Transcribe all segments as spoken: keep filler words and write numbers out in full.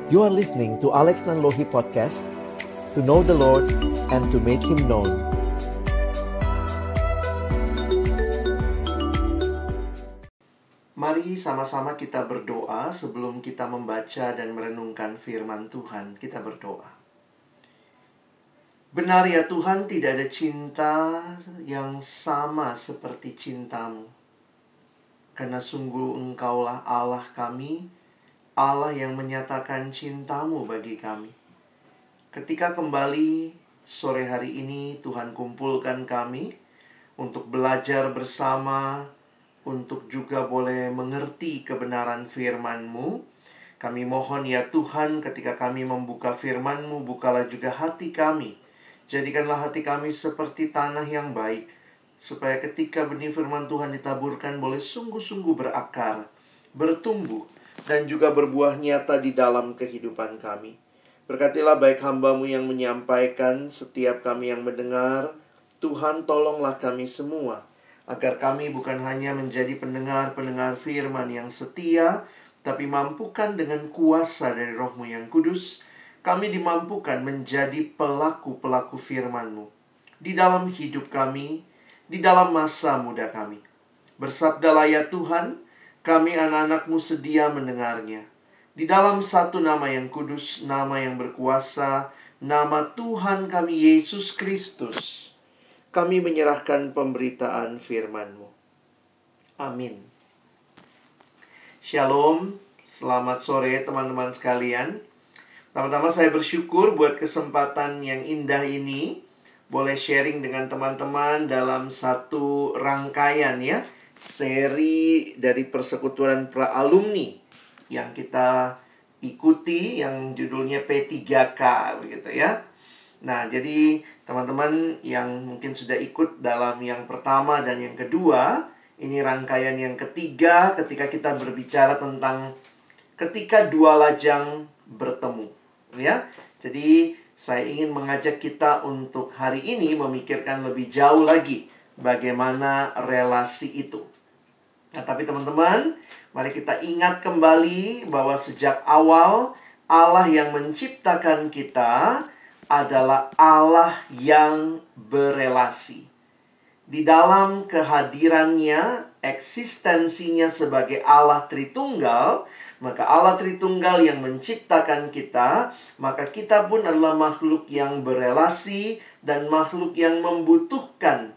You are listening to Alex Nanlohi Podcast, to know the Lord and to make Him known. Mari sama-sama kita berdoa sebelum kita membaca dan merenungkan firman Tuhan. Kita berdoa. Benar ya Tuhan, tidak ada cinta yang sama seperti cinta-Mu. Karena sungguh Engkaulah Allah kami, Allah yang menyatakan cinta-Mu bagi kami. Ketika kembali sore hari ini Tuhan kumpulkan kami untuk belajar bersama, untuk juga boleh mengerti kebenaran firman-Mu. Kami mohon ya Tuhan, ketika kami membuka firman-Mu, bukalah juga hati kami. Jadikanlah hati kami seperti tanah yang baik, supaya ketika benih firman Tuhan ditaburkan boleh sungguh-sungguh berakar, bertumbuh, dan juga berbuah nyata di dalam kehidupan kami. Berkatilah baik hamba-Mu yang menyampaikan, setiap kami yang mendengar. Tuhan, tolonglah kami semua, agar kami bukan hanya menjadi pendengar-pendengar firman yang setia, tapi mampukan dengan kuasa dari Roh-Mu yang kudus, kami dimampukan menjadi pelaku-pelaku firman-Mu di dalam hidup kami, di dalam masa muda kami. Bersabdalah ya Tuhan, kami anak-anak-Mu sedia mendengarnya. Di dalam satu nama yang kudus, nama yang berkuasa, nama Tuhan kami Yesus Kristus, kami menyerahkan pemberitaan firman-Mu. Amin. Shalom, selamat sore teman-teman sekalian. Pertama-tama saya bersyukur buat kesempatan yang indah ini, boleh sharing dengan teman-teman dalam satu rangkaian ya, seri dari persekutuan pra alumni yang kita ikuti, yang judulnya P tiga K begitu ya. Nah, jadi teman-teman yang mungkin sudah ikut dalam yang pertama dan yang kedua, ini rangkaian yang ketiga ketika kita berbicara tentang ketika dua lajang bertemu ya. Jadi saya ingin mengajak kita untuk hari ini memikirkan lebih jauh lagi bagaimana relasi itu. Nah, tapi teman-teman, mari kita ingat kembali bahwa sejak awal Allah yang menciptakan kita adalah Allah yang berelasi. Di dalam kehadirannya, eksistensinya sebagai Allah Tritunggal, maka Allah Tritunggal yang menciptakan kita, maka kita pun adalah makhluk yang berelasi dan makhluk yang membutuhkan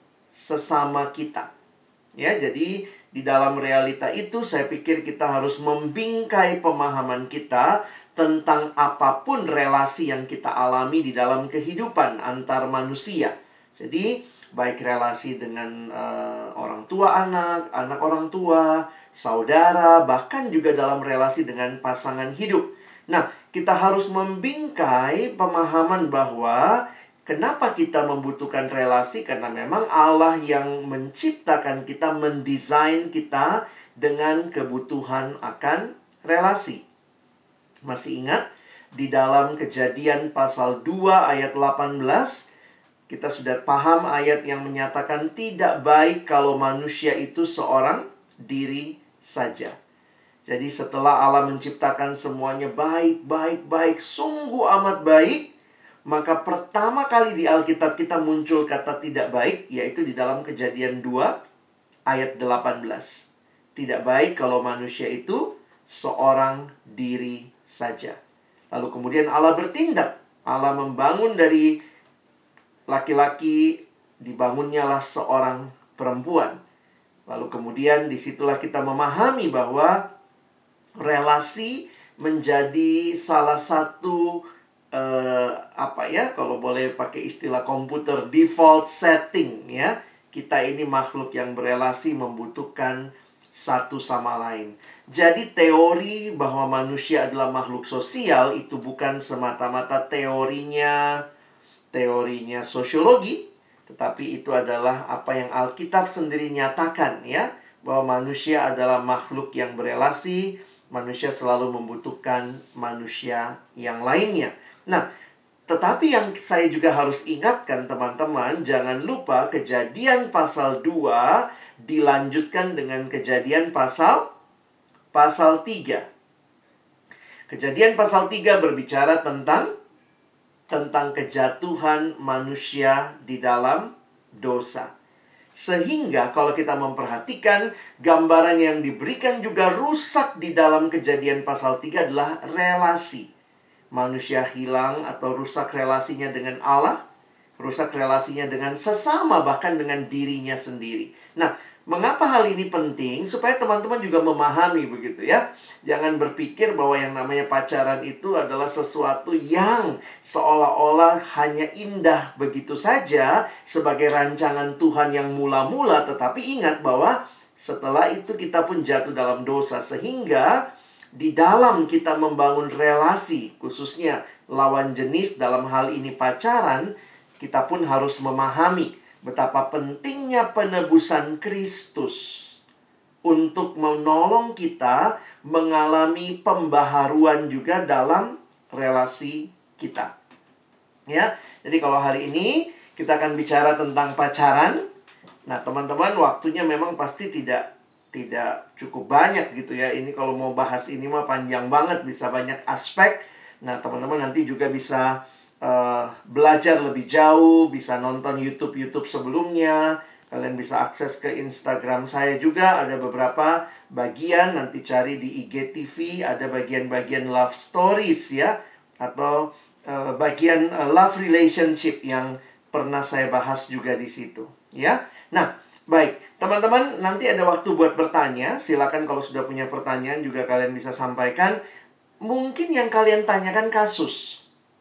sesama kita. Ya, jadi di dalam realita itu saya pikir kita harus membingkai pemahaman kita tentang apapun relasi yang kita alami di dalam kehidupan antar manusia. Jadi baik relasi dengan uh, orang tua anak, anak orang tua, saudara, bahkan juga dalam relasi dengan pasangan hidup. Nah, kita harus membingkai pemahaman bahwa kenapa kita membutuhkan relasi? Karena memang Allah yang menciptakan kita, mendesain kita dengan kebutuhan akan relasi. Masih ingat? Di dalam Kejadian pasal dua ayat delapan belas, kita sudah paham ayat yang menyatakan tidak baik kalau manusia itu seorang diri saja. Jadi setelah Allah menciptakan semuanya baik, baik, baik, sungguh amat baik, maka pertama kali di Alkitab kita muncul kata tidak baik, yaitu di dalam Kejadian dua ayat delapan belas. Tidak baik kalau manusia itu seorang diri saja. Lalu kemudian Allah bertindak. Allah membangun dari laki-laki, dibangunnyalah seorang perempuan. Lalu kemudian disitulah kita memahami bahwa relasi menjadi salah satu uh, apa ya, kalau boleh pakai istilah komputer, default setting ya. Kita ini makhluk yang berelasi, membutuhkan satu sama lain. Jadi teori bahwa manusia adalah makhluk sosial itu bukan semata-mata teorinya teorinya sosiologi, tetapi itu adalah apa yang Alkitab sendiri nyatakan ya, bahwa manusia adalah makhluk yang berelasi, manusia selalu membutuhkan manusia yang lainnya. Nah, tetapi yang saya juga harus ingatkan teman-teman, jangan lupa Kejadian pasal dua dilanjutkan dengan Kejadian pasal pasal tiga. Kejadian pasal tiga berbicara tentang tentang kejatuhan manusia di dalam dosa. Sehingga kalau kita memperhatikan, gambaran yang diberikan juga rusak di dalam Kejadian pasal tiga adalah relasi. Manusia hilang atau rusak relasinya dengan Allah, rusak relasinya dengan sesama, bahkan dengan dirinya sendiri. Nah, mengapa hal ini penting? Supaya teman-teman juga memahami begitu ya. Jangan berpikir bahwa yang namanya pacaran itu adalah sesuatu yang seolah-olah hanya indah begitu saja sebagai rancangan Tuhan yang mula-mula. Tetapi ingat bahwa setelah itu kita pun jatuh dalam dosa. Sehingga di dalam kita membangun relasi, khususnya lawan jenis dalam hal ini pacaran, kita pun harus memahami betapa pentingnya penebusan Kristus untuk menolong kita mengalami pembaharuan juga dalam relasi kita. Ya, jadi kalau hari ini kita akan bicara tentang pacaran. Nah, teman-teman, waktunya memang pasti tidak tidak cukup banyak gitu ya. Ini kalau mau bahas ini mah panjang banget, bisa banyak aspek. Nah, teman-teman nanti juga bisa Uh, belajar lebih jauh, bisa nonton YouTube-YouTube sebelumnya. Kalian bisa akses ke Instagram saya juga, ada beberapa bagian, nanti cari di I G T V, ada bagian-bagian love stories ya, atau uh, bagian uh, love relationship yang pernah saya bahas juga di situ ya. Nah, baik, teman-teman, nanti ada waktu buat bertanya. Silakan kalau sudah punya pertanyaan juga kalian bisa sampaikan. Mungkin yang kalian tanyakan kasus,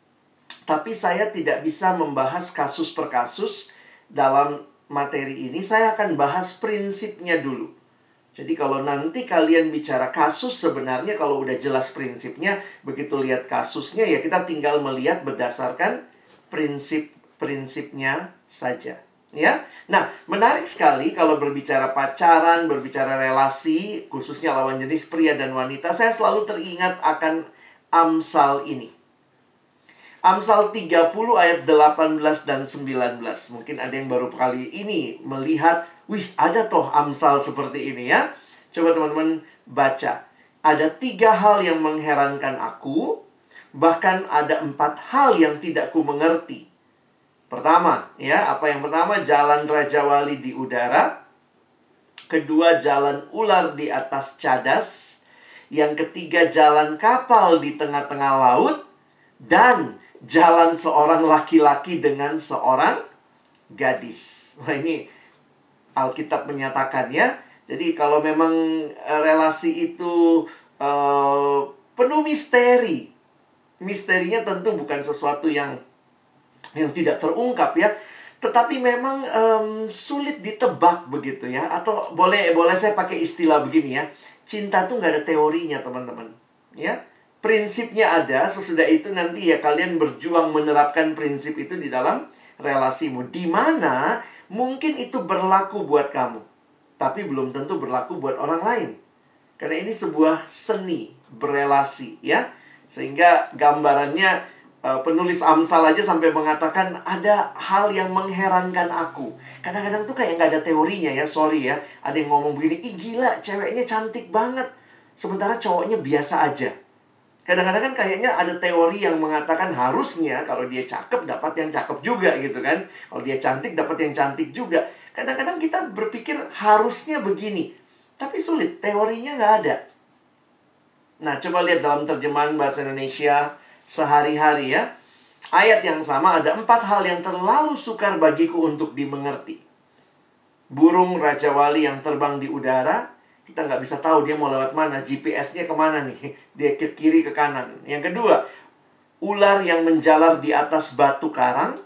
tapi saya tidak bisa membahas kasus per kasus dalam materi ini. Saya akan bahas prinsipnya dulu. Jadi kalau nanti kalian bicara kasus, sebenarnya kalau udah jelas prinsipnya, begitu lihat kasusnya ya kita tinggal melihat berdasarkan prinsip-prinsipnya saja. Ya, nah menarik sekali kalau berbicara pacaran, berbicara relasi, khususnya lawan jenis pria dan wanita. Saya selalu teringat akan Amsal ini. Amsal tiga puluh ayat delapan belas dan sembilan belas. Mungkin ada yang baru kali ini melihat, wih ada toh Amsal seperti ini ya. Coba teman-teman baca. Ada tiga hal yang mengherankan aku, bahkan ada empat hal yang tidak ku mengerti. Pertama, ya, apa yang pertama? Jalan Raja Wali di udara. Kedua, jalan ular di atas cadas. Yang ketiga, jalan kapal di tengah-tengah laut. Dan jalan seorang laki-laki dengan seorang gadis. Wah, ini Alkitab menyatakan ya. Jadi kalau memang uh, relasi itu uh, penuh misteri. Misterinya tentu bukan sesuatu yang yang tidak terungkap ya. Tetapi memang um, sulit ditebak begitu ya. Atau boleh boleh saya pakai istilah begini ya. Cinta tuh nggak ada teorinya teman-teman. Ya. Prinsipnya ada, sesudah itu nanti ya kalian berjuang menerapkan prinsip itu di dalam relasimu. Di mana mungkin itu berlaku buat kamu, tapi belum tentu berlaku buat orang lain. Karena ini sebuah seni berelasi ya. Sehingga gambarannya uh, penulis Amsal aja sampai mengatakan ada hal yang mengherankan aku. Kadang-kadang tuh kayak nggak ada teorinya ya, sorry ya. Ada yang ngomong begini, ih gila ceweknya cantik banget, sementara cowoknya biasa aja. Kadang-kadang kan kayaknya ada teori yang mengatakan harusnya kalau dia cakep dapat yang cakep juga gitu kan. Kalau dia cantik dapat yang cantik juga. Kadang-kadang kita berpikir harusnya begini. Tapi sulit, teorinya nggak ada. Nah, coba lihat dalam terjemahan bahasa Indonesia sehari-hari ya. Ayat yang sama ada empat hal yang terlalu sukar bagiku untuk dimengerti. Burung Raja Wali yang terbang di udara. Kita nggak bisa tahu dia mau lewat mana, G P S-nya kemana nih. Dia ke kiri, ke kanan. Yang kedua, ular yang menjalar di atas batu karang.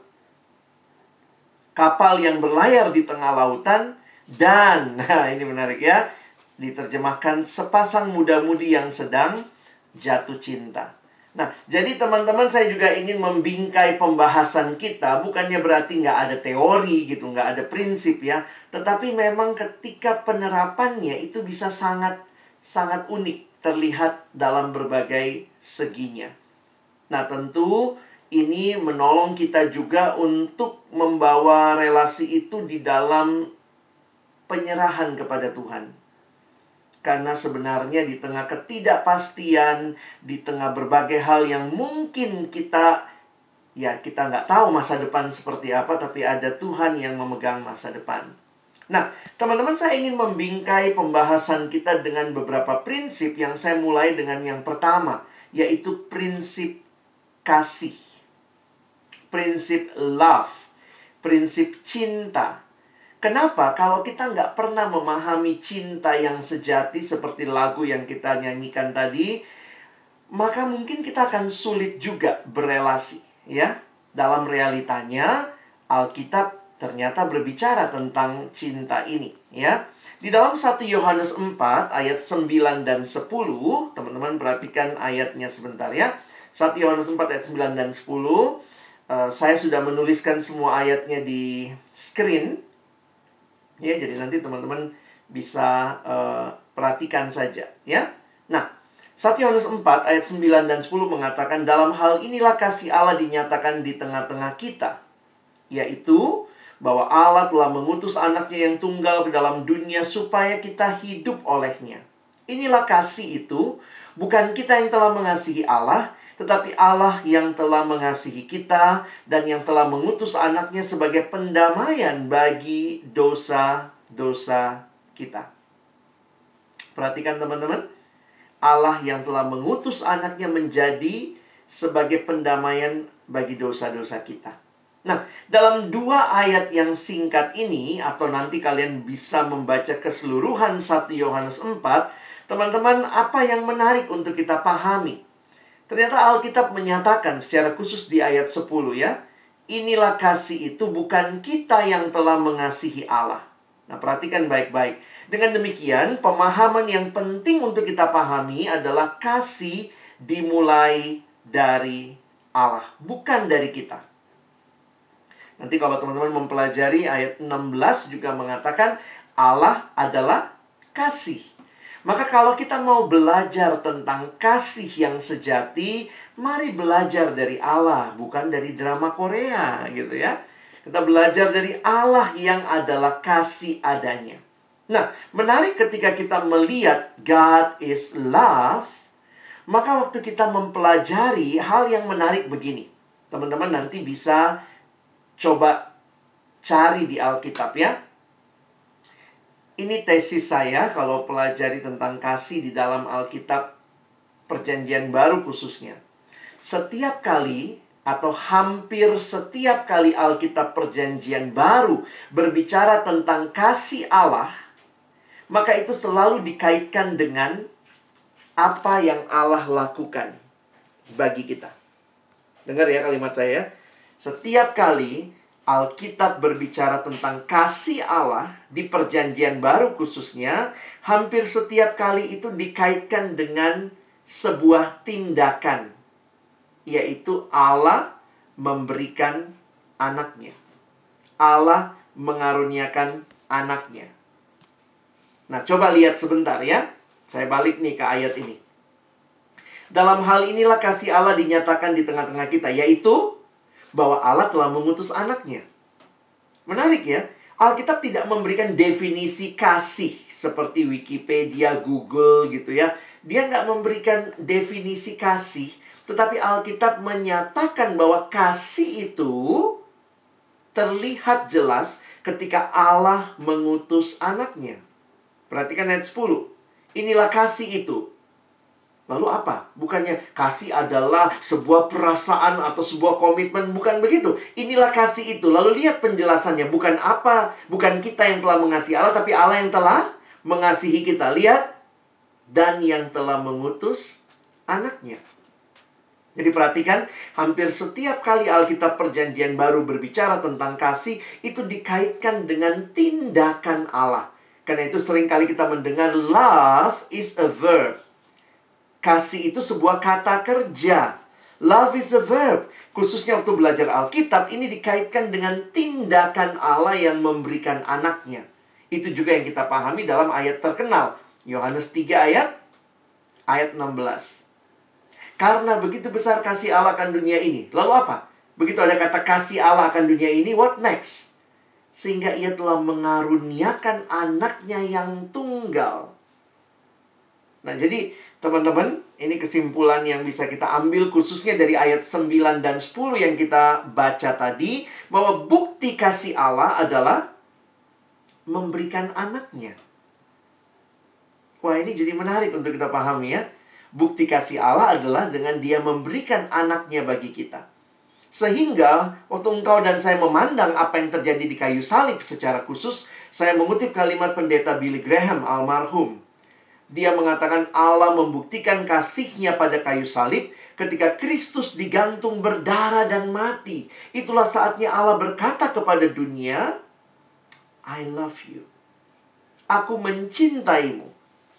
Kapal yang berlayar di tengah lautan. Dan, nah ini menarik ya, diterjemahkan sepasang muda-mudi yang sedang jatuh cinta. Nah, jadi teman-teman saya juga ingin membingkai pembahasan kita. Bukannya berarti nggak ada teori gitu, nggak ada prinsip ya. Tetapi memang ketika penerapannya itu bisa sangat, sangat unik. Terlihat dalam berbagai seginya. Nah, tentu ini menolong kita juga untuk membawa relasi itu di dalam penyerahan kepada Tuhan. Karena sebenarnya di tengah ketidakpastian, di tengah berbagai hal yang mungkin kita, ya kita nggak tahu masa depan seperti apa, tapi ada Tuhan yang memegang masa depan. Nah, teman-teman, saya ingin membingkai pembahasan kita dengan beberapa prinsip yang saya mulai dengan yang pertama, yaitu prinsip kasih. Prinsip love. Prinsip cinta. Kenapa? Kalau kita nggak pernah memahami cinta yang sejati seperti lagu yang kita nyanyikan tadi, maka mungkin kita akan sulit juga berelasi, ya. Dalam realitanya, Alkitab ternyata berbicara tentang cinta ini, ya. Di dalam satu Yohanes empat ayat sembilan dan sepuluh, teman-teman perhatikan ayatnya sebentar ya. satu Yohanes empat ayat sembilan dan sepuluh. Uh, saya sudah menuliskan semua ayatnya di screen. Ya, jadi nanti teman-teman bisa uh, perhatikan saja, ya. Nah, satu Yohanes empat ayat sembilan dan sepuluh mengatakan, dalam hal inilah kasih Allah dinyatakan di tengah-tengah kita, yaitu bahwa Allah telah mengutus anaknya yang tunggal ke dalam dunia supaya kita hidup olehnya. Inilah kasih itu, bukan kita yang telah mengasihi Allah, tetapi Allah yang telah mengasihi kita dan yang telah mengutus anaknya sebagai pendamaian bagi dosa-dosa kita. Perhatikan teman-teman, Allah yang telah mengutus anaknya menjadi sebagai pendamaian bagi dosa-dosa kita. Nah, dalam dua ayat yang singkat ini, atau nanti kalian bisa membaca keseluruhan satu Yohanes empat, teman-teman, apa yang menarik untuk kita pahami? Ternyata Alkitab menyatakan secara khusus di ayat sepuluh ya, inilah kasih itu, bukan kita yang telah mengasihi Allah. Nah, perhatikan baik-baik. Dengan demikian, pemahaman yang penting untuk kita pahami adalah kasih dimulai dari Allah, bukan dari kita. Nanti kalau teman-teman mempelajari ayat enam belas juga mengatakan Allah adalah kasih. Maka kalau kita mau belajar tentang kasih yang sejati, mari belajar dari Allah, bukan dari drama Korea, gitu ya. Kita belajar dari Allah yang adalah kasih adanya. Nah, menarik ketika kita melihat God is love, maka waktu kita mempelajari hal yang menarik begini. Teman-teman nanti bisa coba cari di Alkitab ya. Ini tesis saya kalau pelajari tentang kasih di dalam Alkitab Perjanjian Baru khususnya. Setiap kali atau hampir setiap kali Alkitab Perjanjian Baru berbicara tentang kasih Allah, maka itu selalu dikaitkan dengan apa yang Allah lakukan bagi kita. Dengar ya kalimat saya. Setiap kali Alkitab berbicara tentang kasih Allah di Perjanjian Baru khususnya, hampir setiap kali itu dikaitkan dengan sebuah tindakan, yaitu Allah memberikan anaknya. Allah mengaruniakan anaknya. Nah, coba lihat sebentar ya. Saya balik nih ke ayat ini. Dalam hal inilah kasih Allah dinyatakan di tengah-tengah kita, yaitu bahwa Allah telah mengutus anaknya. Menarik ya, Alkitab tidak memberikan definisi kasih seperti Wikipedia, Google gitu ya. Dia nggak memberikan definisi kasih, tetapi Alkitab menyatakan bahwa kasih itu terlihat jelas ketika Allah mengutus anaknya. Perhatikan ayat sepuluh. Inilah kasih itu. Lalu apa? Bukannya kasih adalah sebuah perasaan atau sebuah komitmen. Bukan begitu. Inilah kasih itu. Lalu lihat penjelasannya. Bukan apa, bukan kita yang telah mengasihi Allah, tapi Allah yang telah mengasihi kita. Lihat. Dan yang telah mengutus anaknya. Jadi perhatikan, hampir setiap kali Alkitab Perjanjian Baru berbicara tentang kasih, itu dikaitkan dengan tindakan Allah. Karena itu seringkali kita mendengar love is a verb. Kasih itu sebuah kata kerja. Love is a verb. Khususnya waktu belajar Alkitab, ini dikaitkan dengan tindakan Allah yang memberikan anaknya. Itu juga yang kita pahami dalam ayat terkenal. Yohanes tiga ayat, ayat enam belas. Karena begitu besar kasih Allah akan dunia ini. Lalu apa? Begitu ada kata kasih Allah akan dunia ini, what next? Sehingga ia telah mengaruniakan anaknya yang tunggal. Nah, jadi teman-teman, ini kesimpulan yang bisa kita ambil khususnya dari ayat sembilan dan sepuluh yang kita baca tadi, bahwa bukti kasih Allah adalah memberikan anaknya. Wah, ini jadi menarik untuk kita pahami ya. Bukti kasih Allah adalah dengan Dia memberikan anaknya bagi kita. Sehingga waktu engkau dan saya memandang apa yang terjadi di kayu salib secara khusus, saya mengutip kalimat pendeta Billy Graham almarhum. Dia mengatakan Allah membuktikan kasih-Nya pada kayu salib ketika Kristus digantung berdarah dan mati. Itulah saatnya Allah berkata kepada dunia, I love you. Aku mencintaimu.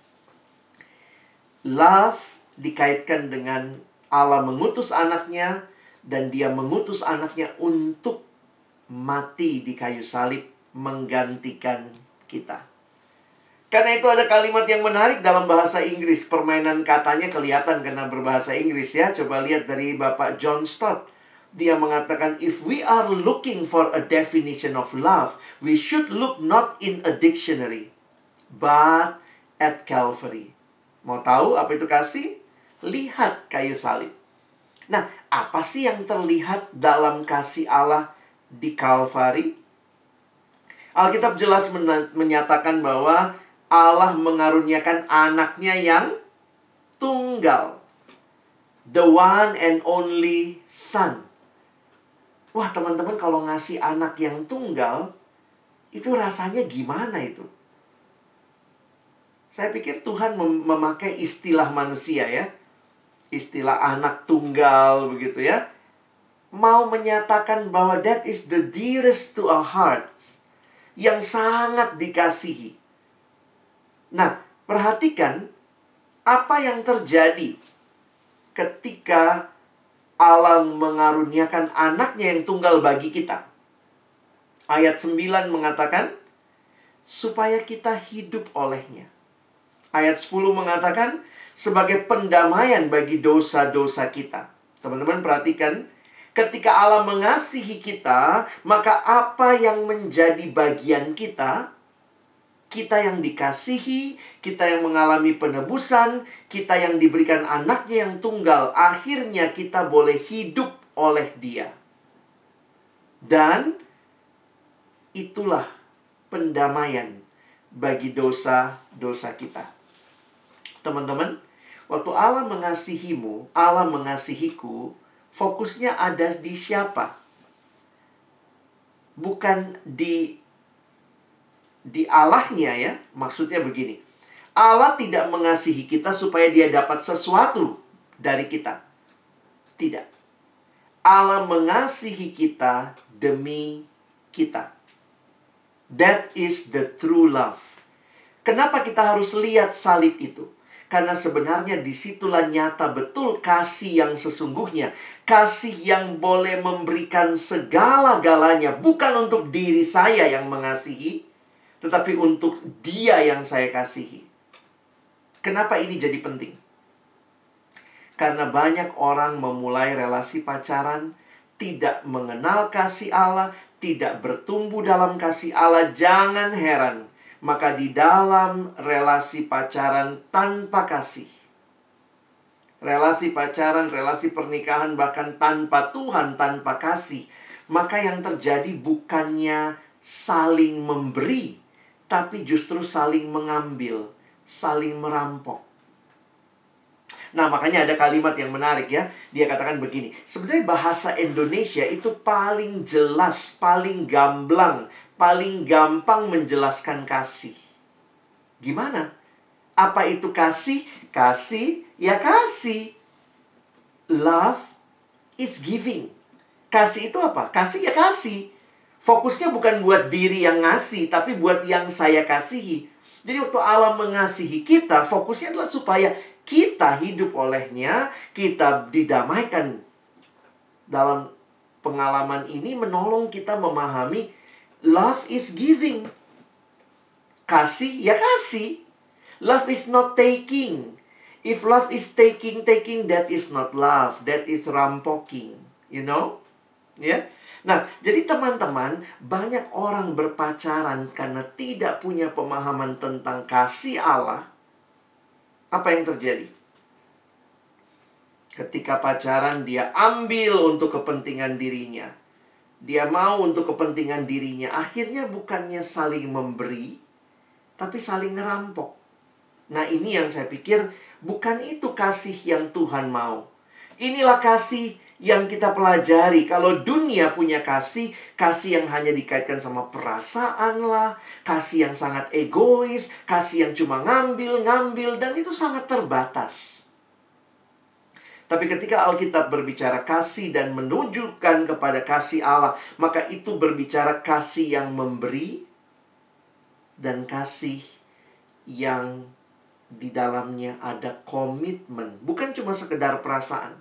Love dikaitkan dengan Allah mengutus anaknya, dan Dia mengutus anaknya untuk mati di kayu salib menggantikan kita. Karena itu ada kalimat yang menarik dalam bahasa Inggris. Permainan katanya kelihatan karena berbahasa Inggris ya. Coba lihat dari Bapak John Stott. Dia mengatakan, if we are looking for a definition of love, we should look not in a dictionary, but at Calvary. Mau tahu apa itu kasih? Lihat kayu salib. Nah, apa sih yang terlihat dalam kasih Allah di Calvary? Alkitab jelas menyatakan bahwa Allah mengaruniakan anaknya yang tunggal. The one and only son. Wah, teman-teman, kalau ngasih anak yang tunggal, itu rasanya gimana itu? Saya pikir Tuhan mem memakai istilah manusia ya. Istilah anak tunggal begitu ya. Mau menyatakan bahwa that is the dearest to our hearts. Yang sangat dikasihi. Nah, perhatikan apa yang terjadi ketika Allah mengaruniakan anaknya yang tunggal bagi kita. Ayat sembilan mengatakan, supaya kita hidup olehnya. Ayat sepuluh mengatakan, sebagai pendamaian bagi dosa-dosa kita. Teman-teman perhatikan, ketika Allah mengasihi kita, maka apa yang menjadi bagian kita? Kita yang dikasihi, kita yang mengalami penebusan, kita yang diberikan anaknya yang tunggal, akhirnya kita boleh hidup oleh Dia. Dan itulah pendamaian bagi dosa-dosa kita. Teman-teman, waktu Allah mengasihimu, Allah mengasihiku, fokusnya ada di siapa? Bukan di di Allahnya ya. Maksudnya begini. Allah tidak mengasihi kita supaya Dia dapat sesuatu dari kita. Tidak. Allah mengasihi kita demi kita. That is the true love. Kenapa kita harus lihat salib itu? Karena sebenarnya disitulah nyata betul kasih yang sesungguhnya. Kasih yang boleh memberikan segala-galanya. Bukan untuk diri saya yang mengasihi, tetapi untuk Dia yang saya kasihi. Kenapa ini jadi penting? Karena banyak orang memulai relasi pacaran, tidak mengenal kasih Allah, tidak bertumbuh dalam kasih Allah. Jangan heran, maka di dalam relasi pacaran tanpa kasih, relasi pacaran, relasi pernikahan, bahkan tanpa Tuhan, tanpa kasih, maka yang terjadi bukannya saling memberi, tapi justru saling mengambil, saling merampok. Nah, makanya ada kalimat yang menarik ya. Dia katakan begini, sebenarnya bahasa Indonesia itu paling jelas, paling gamblang, paling gampang menjelaskan kasih. Gimana? Apa itu kasih? Kasih, ya kasih. Love is giving. Kasih itu apa? Kasih ya kasih. Fokusnya bukan buat diri yang ngasih, tapi buat yang saya kasihi. Jadi waktu Allah mengasihi kita, fokusnya adalah supaya kita hidup olehnya, kita didamaikan. Dalam pengalaman ini menolong kita memahami love is giving. Kasih, ya kasih. Love is not taking. If love is taking, taking, that is not love. That is rampoking. You know? Ya. Yeah? Nah, jadi teman-teman, banyak orang berpacaran karena tidak punya pemahaman tentang kasih Allah. Apa yang terjadi? Ketika pacaran, dia ambil untuk kepentingan dirinya. Dia mau untuk kepentingan dirinya. Akhirnya bukannya saling memberi, tapi saling ngerampok. Nah, ini yang saya pikir bukan itu kasih yang Tuhan mau. Inilah kasih yang kita pelajari. Kalau dunia punya kasih, kasih yang hanya dikaitkan sama perasaan lah, kasih yang sangat egois, kasih yang cuma ngambil-ngambil, dan itu sangat terbatas. Tapi ketika Alkitab berbicara kasih dan menunjukkan kepada kasih Allah, maka itu berbicara kasih yang memberi dan kasih yang di dalamnya ada komitmen. Bukan cuma sekedar perasaan.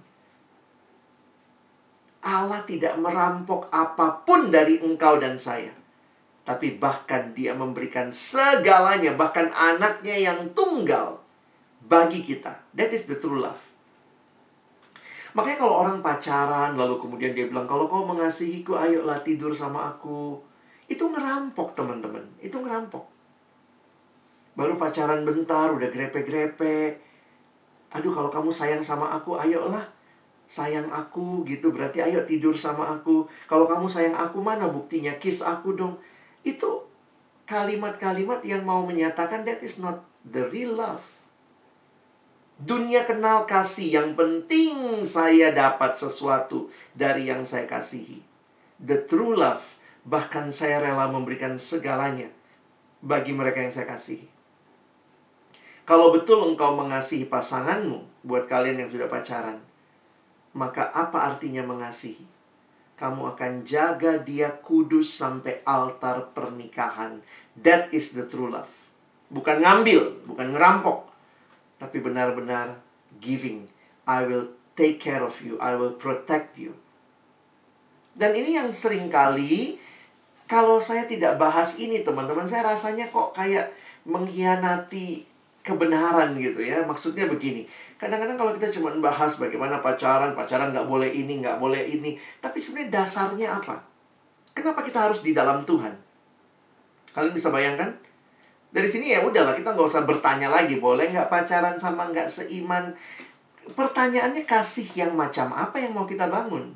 Allah tidak merampok apapun dari engkau dan saya. Tapi bahkan dia memberikan segalanya, bahkan anaknya yang tunggal bagi kita. That is the true love. Makanya kalau orang pacaran, lalu kemudian dia bilang, kalau kau mengasihiku, ayolah tidur sama aku. Itu ngerampok, teman-teman. Itu ngerampok. Baru pacaran bentar, udah grepe-grepe. Aduh, kalau kamu sayang sama aku, ayolah. Sayang aku, gitu. Berarti ayo tidur sama aku. Kalau kamu sayang aku, mana buktinya? Kiss aku dong. Itu kalimat-kalimat yang mau menyatakan that is not the real love. Dunia kenal kasih, yang penting saya dapat sesuatu dari yang saya kasihi. The true love, bahkan saya rela memberikan segalanya bagi mereka yang saya kasihi. Kalau betul engkau mengasihi pasanganmu, buat kalian yang sudah pacaran, maka apa artinya mengasihi? Kamu akan jaga dia kudus sampai altar pernikahan. That is the true love. Bukan ngambil, bukan ngerampok, tapi benar-benar giving. I will take care of you. I will protect you. Dan ini yang sering kali, kalau saya tidak bahas ini, teman-teman, saya rasanya kok kayak mengkhianati kebenaran gitu ya. Maksudnya begini. Kadang-kadang kalau kita cuma bahas bagaimana pacaran, pacaran nggak boleh ini, nggak boleh ini. Tapi sebenarnya dasarnya apa? Kenapa kita harus di dalam Tuhan? Kalian bisa bayangkan? Dari sini ya udahlah, kita nggak usah bertanya lagi, boleh nggak pacaran sama nggak seiman. Pertanyaannya kasih yang macam apa yang mau kita bangun?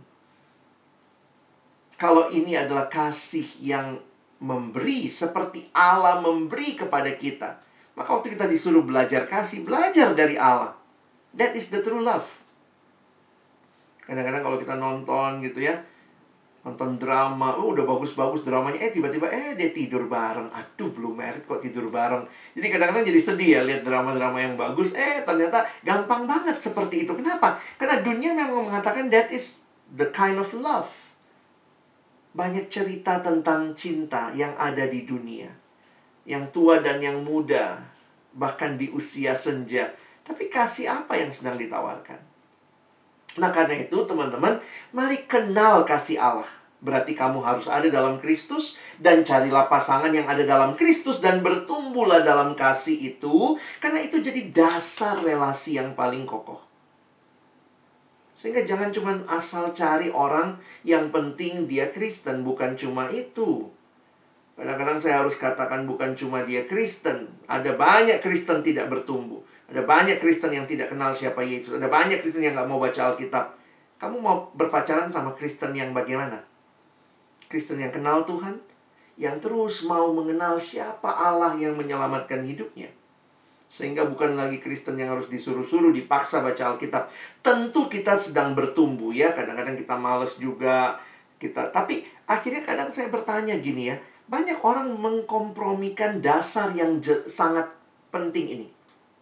Kalau ini adalah kasih yang memberi, seperti Allah memberi kepada kita, maka waktu kita disuruh belajar kasih, belajar dari Allah. That is the true love. Kadang-kadang kalau kita nonton gitu ya, nonton drama, oh udah bagus-bagus dramanya, eh tiba-tiba eh dia tidur bareng. Aduh, belum married kok tidur bareng. Jadi kadang-kadang jadi sedih ya lihat drama-drama yang bagus, eh ternyata gampang banget seperti itu. Kenapa? Karena dunia memang mengatakan that is the kind of love. Banyak cerita tentang cinta yang ada di dunia, yang tua dan yang muda, bahkan di usia senja. Tapi kasih apa yang sedang ditawarkan? Nah, karena itu teman-teman, mari kenal kasih Allah. Berarti kamu harus ada dalam Kristus, dan carilah pasangan yang ada dalam Kristus, dan bertumbuhlah dalam kasih itu, karena itu jadi dasar relasi yang paling kokoh. Sehingga jangan cuma asal cari orang yang penting dia Kristen, bukan cuma itu. Kadang-kadang saya harus katakan bukan cuma dia Kristen. Ada banyak Kristen tidak bertumbuh. Ada banyak Kristen yang tidak kenal siapa Yesus. Ada banyak Kristen yang gak mau baca Alkitab. Kamu mau berpacaran sama Kristen yang bagaimana? Kristen yang kenal Tuhan, yang terus mau mengenal siapa Allah yang menyelamatkan hidupnya. Sehingga bukan lagi Kristen yang harus disuruh-suruh, dipaksa baca Alkitab. Tentu kita sedang bertumbuh ya. Kadang-kadang kita males juga. kita. Tapi akhirnya kadang saya bertanya gini ya. Banyak orang mengkompromikan dasar yang sangat penting ini.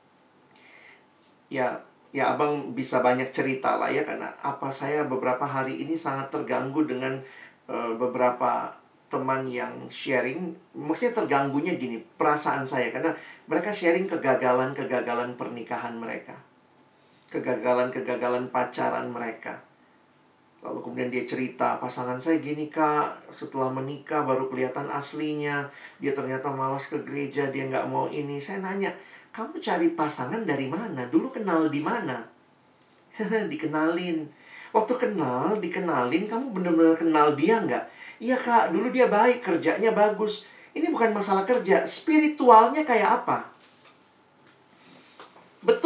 Ya, ya abang bisa banyak cerita lah ya. Karena apa saya beberapa hari ini sangat terganggu dengan uh, beberapa teman yang sharing. Maksudnya terganggunya gini, perasaan saya. Karena mereka sharing kegagalan-kegagalan pernikahan mereka. Kegagalan-kegagalan pacaran mereka. Lalu kemudian dia cerita, pasangan saya gini kak, setelah menikah baru kelihatan aslinya. Dia ternyata malas ke gereja, dia nggak mau ini. Saya nanya, kamu cari pasangan dari mana? Dulu kenal di mana? Dikenalin. Waktu kenal, dikenalin, kamu benar-benar kenal dia nggak? Iya kak, dulu dia baik, kerjanya bagus. Ini bukan masalah kerja, spiritualnya kayak apa? Betul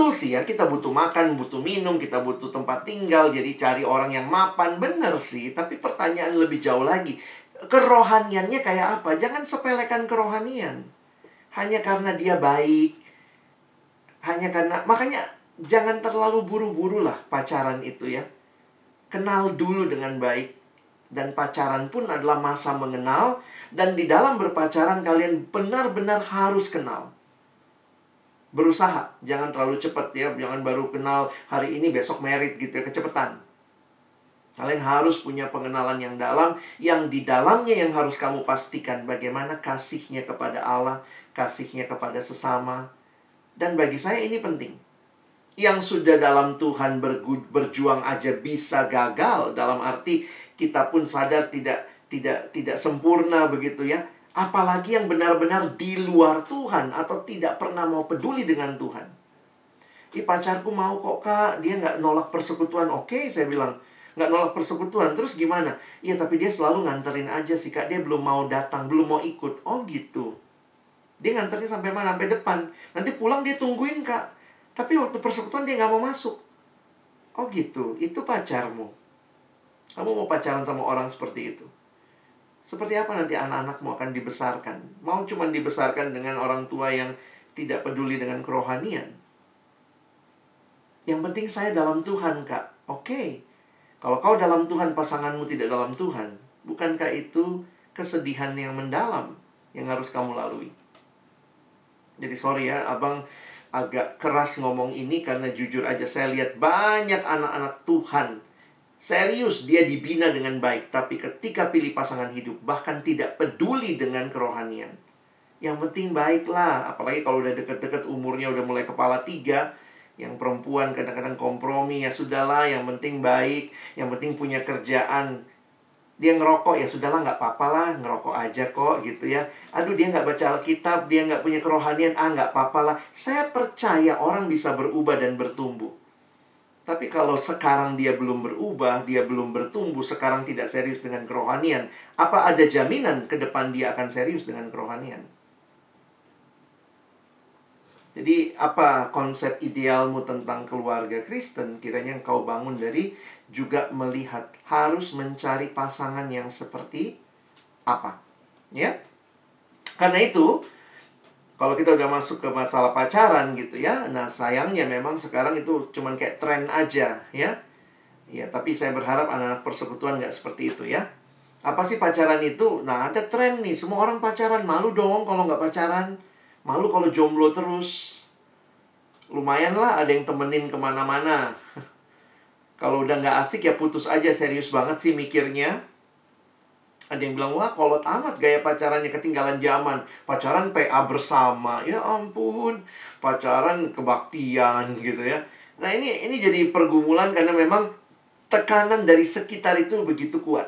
betul sih ya, kita butuh makan, butuh minum, kita butuh tempat tinggal, jadi cari orang yang mapan, bener sih. Tapi pertanyaan lebih jauh lagi, kerohaniannya kayak apa? Jangan sepelekan kerohanian. Hanya karena dia baik, hanya karena, makanya jangan terlalu buru-buru lah pacaran itu ya. Kenal dulu dengan baik. Dan pacaran pun adalah masa mengenal. Dan di dalam berpacaran kalian benar-benar harus kenal. Berusaha, jangan terlalu cepat ya. Jangan baru kenal hari ini besok married gitu ya, kecepatan. Kalian harus punya pengenalan yang dalam. Yang di dalamnya yang harus kamu pastikan bagaimana kasihnya kepada Allah, kasihnya kepada sesama. Dan bagi saya ini penting. Yang sudah dalam Tuhan berjuang aja bisa gagal, dalam arti kita pun sadar tidak tidak tidak sempurna begitu ya. Apalagi yang benar-benar di luar Tuhan atau tidak pernah mau peduli dengan Tuhan. Ih, pacarku mau kok kak, dia nggak nolak persekutuan. Oke, saya bilang, nggak nolak persekutuan. Terus gimana? Iya, tapi dia selalu nganterin aja sih kak, dia belum mau datang, belum mau ikut. Oh gitu. Dia nganterin sampai mana? Sampai depan. Nanti pulang dia tungguin kak. Tapi waktu persekutuan dia nggak mau masuk. Oh gitu, itu pacarmu. Kamu mau pacaran sama orang seperti itu? Seperti apa nanti anak-anakmu akan dibesarkan? Mau cuma dibesarkan dengan orang tua yang tidak peduli dengan kerohanian? Yang penting saya dalam Tuhan, Kak. Oke. Kalau kau dalam Tuhan, pasanganmu tidak dalam Tuhan. Bukankah itu kesedihan yang mendalam yang harus kamu lalui? Jadi sorry ya, abang agak keras ngomong ini karena jujur aja saya lihat banyak anak-anak Tuhan. Serius, dia dibina dengan baik. Tapi ketika pilih pasangan hidup, bahkan tidak peduli dengan kerohanian. Yang penting baiklah. Apalagi kalau udah deket-deket umurnya udah mulai kepala tiga. Yang perempuan kadang-kadang kompromi. Ya sudahlah, yang penting baik. Yang penting punya kerjaan. Dia ngerokok, ya sudahlah nggak apa-apa lah. Ngerokok aja kok gitu ya. Aduh, dia nggak baca Alkitab. Dia nggak punya kerohanian. Ah, nggak apa-apa lah. Saya percaya orang bisa berubah dan bertumbuh. Tapi kalau sekarang dia belum berubah, dia belum bertumbuh, sekarang tidak serius dengan kerohanian, apa ada jaminan ke depan dia akan serius dengan kerohanian? Jadi, apa konsep idealmu tentang keluarga Kristen? Kiranya engkau bangun dari juga melihat harus mencari pasangan yang seperti apa. Ya? Karena itu, kalau kita udah masuk ke masalah pacaran gitu ya, nah sayangnya memang sekarang itu cuman kayak tren aja ya. Ya, tapi saya berharap anak-anak persekutuan nggak seperti itu ya. Apa sih pacaran itu? Nah, ada tren nih, semua orang pacaran. Malu dong kalau nggak pacaran. Malu kalau jomblo terus. Lumayan lah ada yang temenin kemana-mana. Kalau udah nggak asik ya putus aja, serius banget sih mikirnya. Ada yang bilang, wah kolot amat gaya pacarannya, ketinggalan zaman. Pacaran P A bersama. Ya ampun, pacaran kebaktian gitu ya. Nah ini ini jadi pergumulan karena memang tekanan dari sekitar itu begitu kuat.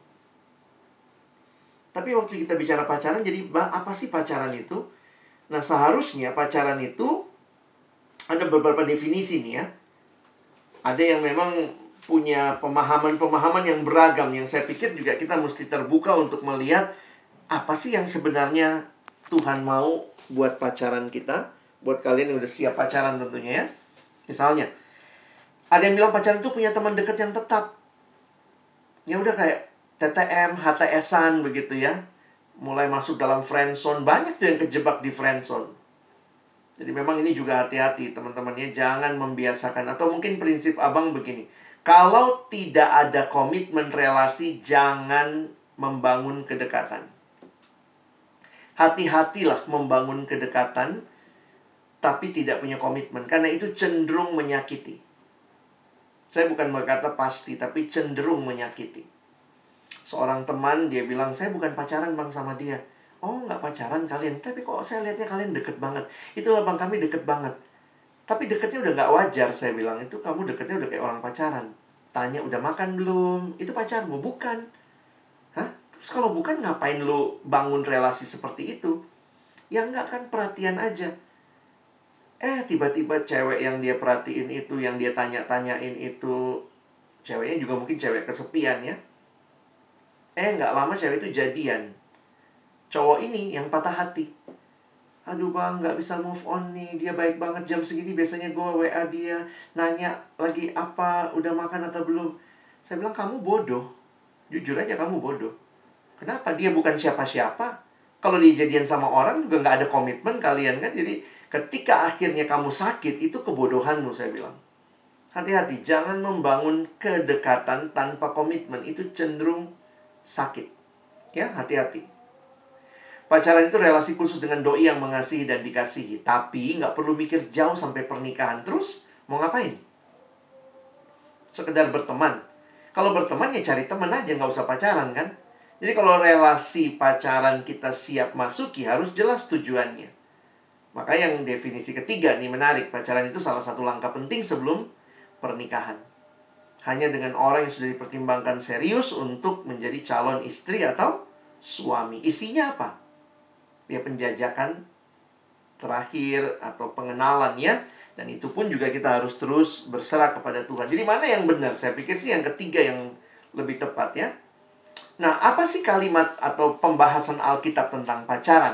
Tapi waktu kita bicara pacaran, jadi apa sih pacaran itu? Nah seharusnya pacaran itu ada beberapa definisi nih ya. Ada yang memang punya pemahaman-pemahaman yang beragam, yang saya pikir juga kita mesti terbuka untuk melihat apa sih yang sebenarnya Tuhan mau buat pacaran kita, buat kalian yang udah siap pacaran tentunya ya. Misalnya, ada yang bilang pacaran itu punya teman dekat yang tetap. Ya udah kayak T T M, H T S-an begitu ya. Mulai masuk dalam friendzone, banyak tuh yang kejebak di friendzone. Jadi memang ini juga hati-hati teman-teman ya, jangan membiasakan. Atau mungkin prinsip abang begini, kalau tidak ada komitmen relasi, jangan membangun kedekatan. Hati-hatilah membangun kedekatan, tapi tidak punya komitmen. Karena itu cenderung menyakiti. Saya bukan berkata pasti, tapi cenderung menyakiti. Seorang teman, dia bilang, saya bukan pacaran bang sama dia. Oh, nggak pacaran kalian. Tapi kok saya lihatnya kalian deket banget. Itulah bang, kami deket banget. Tapi deketnya udah gak wajar, saya bilang. Itu kamu deketnya udah kayak orang pacaran. Tanya, udah makan belum? Itu pacarmu? Bukan. Hah? Terus kalau bukan, ngapain lu bangun relasi seperti itu? Ya enggak kan, perhatian aja. Eh, tiba-tiba cewek yang dia perhatiin itu, yang dia tanya-tanyain itu, ceweknya juga mungkin cewek kesepian ya. Eh, nggak lama cewek itu jadian. Cowok ini yang patah hati. Aduh bang, nggak bisa move on nih. Dia baik banget, jam segini biasanya gue W A dia, nanya lagi apa, udah makan atau belum. Saya bilang, kamu bodoh. Jujur aja kamu bodoh. Kenapa? Dia bukan siapa-siapa. Kalau dia jadian sama orang juga nggak ada komitmen kalian kan. Jadi ketika akhirnya kamu sakit, itu kebodohanmu, saya bilang. Hati-hati, jangan membangun kedekatan tanpa komitmen. Itu cenderung sakit. Ya, hati-hati. Pacaran itu relasi khusus dengan doi yang mengasihi dan dikasihi. Tapi nggak perlu mikir jauh sampai pernikahan. Terus, mau ngapain? Sekedar berteman. Kalau berteman ya cari teman aja, nggak usah pacaran kan. Jadi kalau relasi pacaran kita siap masuki, harus jelas tujuannya. Maka yang definisi ketiga nih menarik. Pacaran itu salah satu langkah penting sebelum pernikahan. Hanya dengan orang yang sudah dipertimbangkan serius untuk menjadi calon istri atau suami. Isinya apa? Ya penjajakan terakhir atau pengenalan ya. Dan itu pun juga kita harus terus berserah kepada Tuhan. Jadi mana yang benar? Saya pikir sih yang ketiga yang lebih tepat ya. Nah, apa sih kalimat atau pembahasan Alkitab tentang pacaran?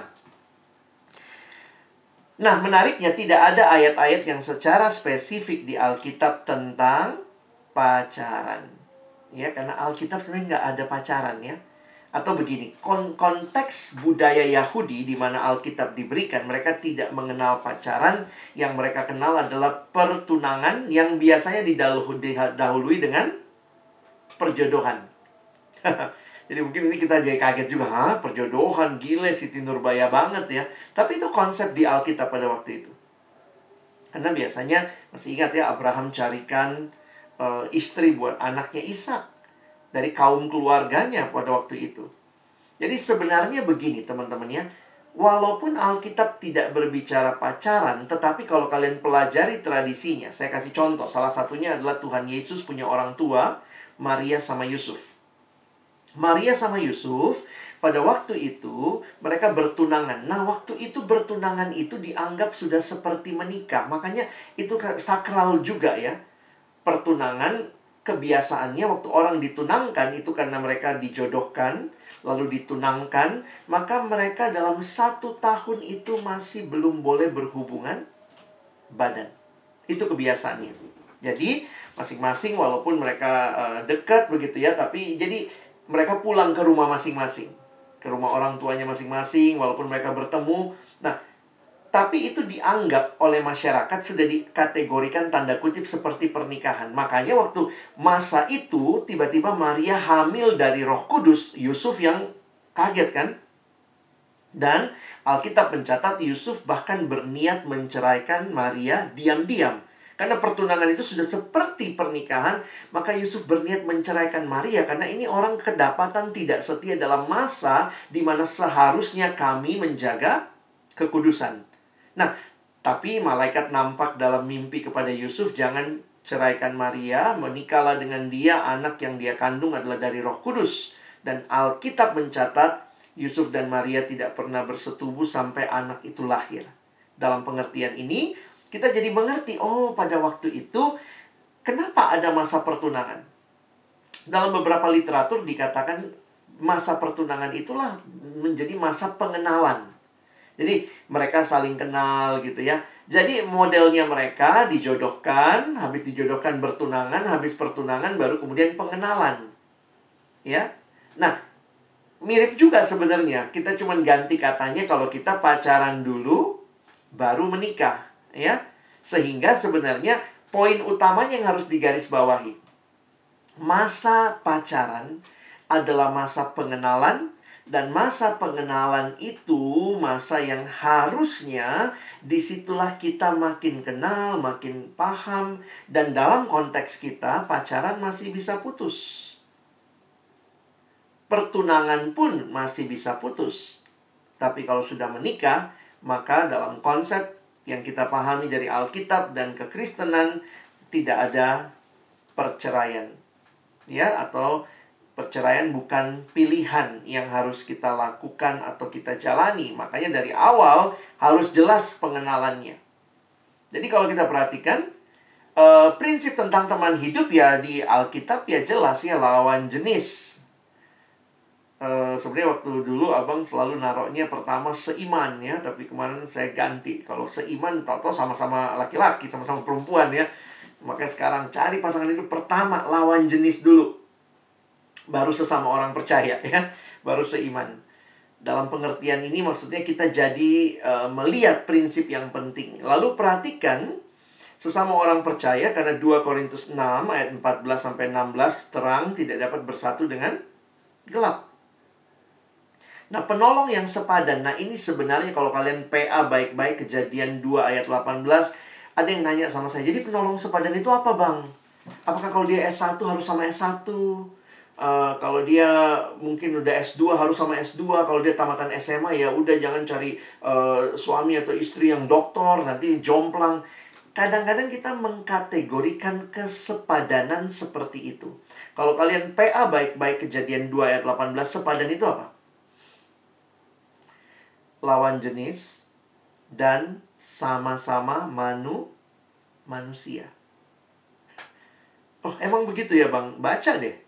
Nah, menariknya tidak ada ayat-ayat yang secara spesifik di Alkitab tentang pacaran. Ya, karena Alkitab sebenarnya nggak ada pacaran ya. Atau begini, kon konteks budaya Yahudi di mana Alkitab diberikan, mereka tidak mengenal pacaran. Yang mereka kenal adalah pertunangan yang biasanya didahului dengan perjodohan. Jadi mungkin ini kita jadi kaget juga. Hah, perjodohan, gile, Siti Nurbaya banget ya. Tapi itu konsep di Alkitab pada waktu itu. Karena biasanya, masih ingat ya, Abraham carikan uh, istri buat anaknya Ishak dari kaum keluarganya pada waktu itu. Jadi sebenarnya begini teman-teman ya. Walaupun Alkitab tidak berbicara pacaran, tetapi kalau kalian pelajari tradisinya, saya kasih contoh. Salah satunya adalah Tuhan Yesus punya orang tua, Maria sama Yusuf. Maria sama Yusuf pada waktu itu mereka bertunangan. Nah, waktu itu bertunangan itu dianggap sudah seperti menikah. Makanya itu sakral juga ya. Pertunangan kebiasaannya waktu orang ditunangkan itu karena mereka dijodohkan, lalu ditunangkan, maka mereka dalam satu tahun itu masih belum boleh berhubungan badan. Itu kebiasaannya. Jadi masing-masing walaupun mereka uh, dekat begitu ya, tapi jadi mereka pulang ke rumah masing-masing, ke rumah orang tuanya masing-masing, walaupun mereka bertemu. Nah, tapi itu dianggap oleh masyarakat sudah dikategorikan tanda kutip seperti pernikahan. Makanya waktu masa itu, tiba-tiba Maria hamil dari Roh Kudus. Yusuf yang kaget kan? Dan Alkitab mencatat Yusuf bahkan berniat menceraikan Maria diam-diam. Karena pertunangan itu sudah seperti pernikahan, maka Yusuf berniat menceraikan Maria. Karena ini orang kedapatan tidak setia dalam masa di mana seharusnya kami menjaga kekudusan. Nah, tapi malaikat nampak dalam mimpi kepada Yusuf, jangan ceraikan Maria, menikahlah dengan dia, anak yang dia kandung adalah dari Roh Kudus. Dan Alkitab mencatat Yusuf dan Maria tidak pernah bersetubuh sampai anak itu lahir. Dalam pengertian ini, kita jadi mengerti, oh pada waktu itu, kenapa ada masa pertunangan? Dalam beberapa literatur dikatakan masa pertunangan itulah menjadi masa pengenalan. Jadi mereka saling kenal gitu ya. Jadi modelnya mereka dijodohkan, habis dijodohkan bertunangan, habis pertunangan baru kemudian pengenalan. Ya. Nah, mirip juga sebenarnya. Kita cuma ganti katanya kalau kita pacaran dulu baru menikah. Ya, sehingga sebenarnya poin utamanya yang harus digarisbawahi. Masa pacaran adalah masa pengenalan, dan masa pengenalan itu masa yang harusnya disitulah kita makin kenal, makin paham, dan dalam konteks kita pacaran masih bisa putus. Pertunangan pun masih bisa putus. Tapi kalau sudah menikah, maka dalam konsep yang kita pahami dari Alkitab dan kekristenan tidak ada perceraian. Ya, atau perceraian bukan pilihan yang harus kita lakukan atau kita jalani. Makanya dari awal harus jelas pengenalannya. Jadi kalau kita perhatikan uh, prinsip tentang teman hidup ya di Alkitab ya jelas ya, lawan jenis. Uh, sebenarnya waktu dulu abang selalu naroknya pertama seiman ya, tapi kemarin saya ganti. Kalau seiman, tau-tau sama-sama laki-laki, sama-sama perempuan ya. Makanya sekarang cari pasangan itu pertama lawan jenis dulu, baru sesama orang percaya ya, baru seiman. Dalam pengertian ini maksudnya kita jadi uh, melihat prinsip yang penting. Lalu perhatikan sesama orang percaya, karena dua Korintus enam ayat empat belas sampai enam belas, terang tidak dapat bersatu dengan gelap. Nah, penolong yang sepadan. Nah, ini sebenarnya kalau kalian P A baik-baik Kejadian dua ayat delapan belas, ada yang nanya sama saya, jadi penolong sepadan itu apa, Bang? Apakah kalau dia S satu harus sama S satu? Uh, kalau dia mungkin udah S dua harus sama S dua? Kalau dia tamatan S M A ya udah jangan cari uh, suami atau istri yang doktor, nanti jomplang. Kadang-kadang kita mengkategorikan kesepadanan seperti itu. Kalau kalian P A baik-baik Kejadian dua ayat delapan belas, sepadan itu apa? Lawan jenis dan sama-sama manu manusia. Oh, emang begitu ya, Bang? Baca deh.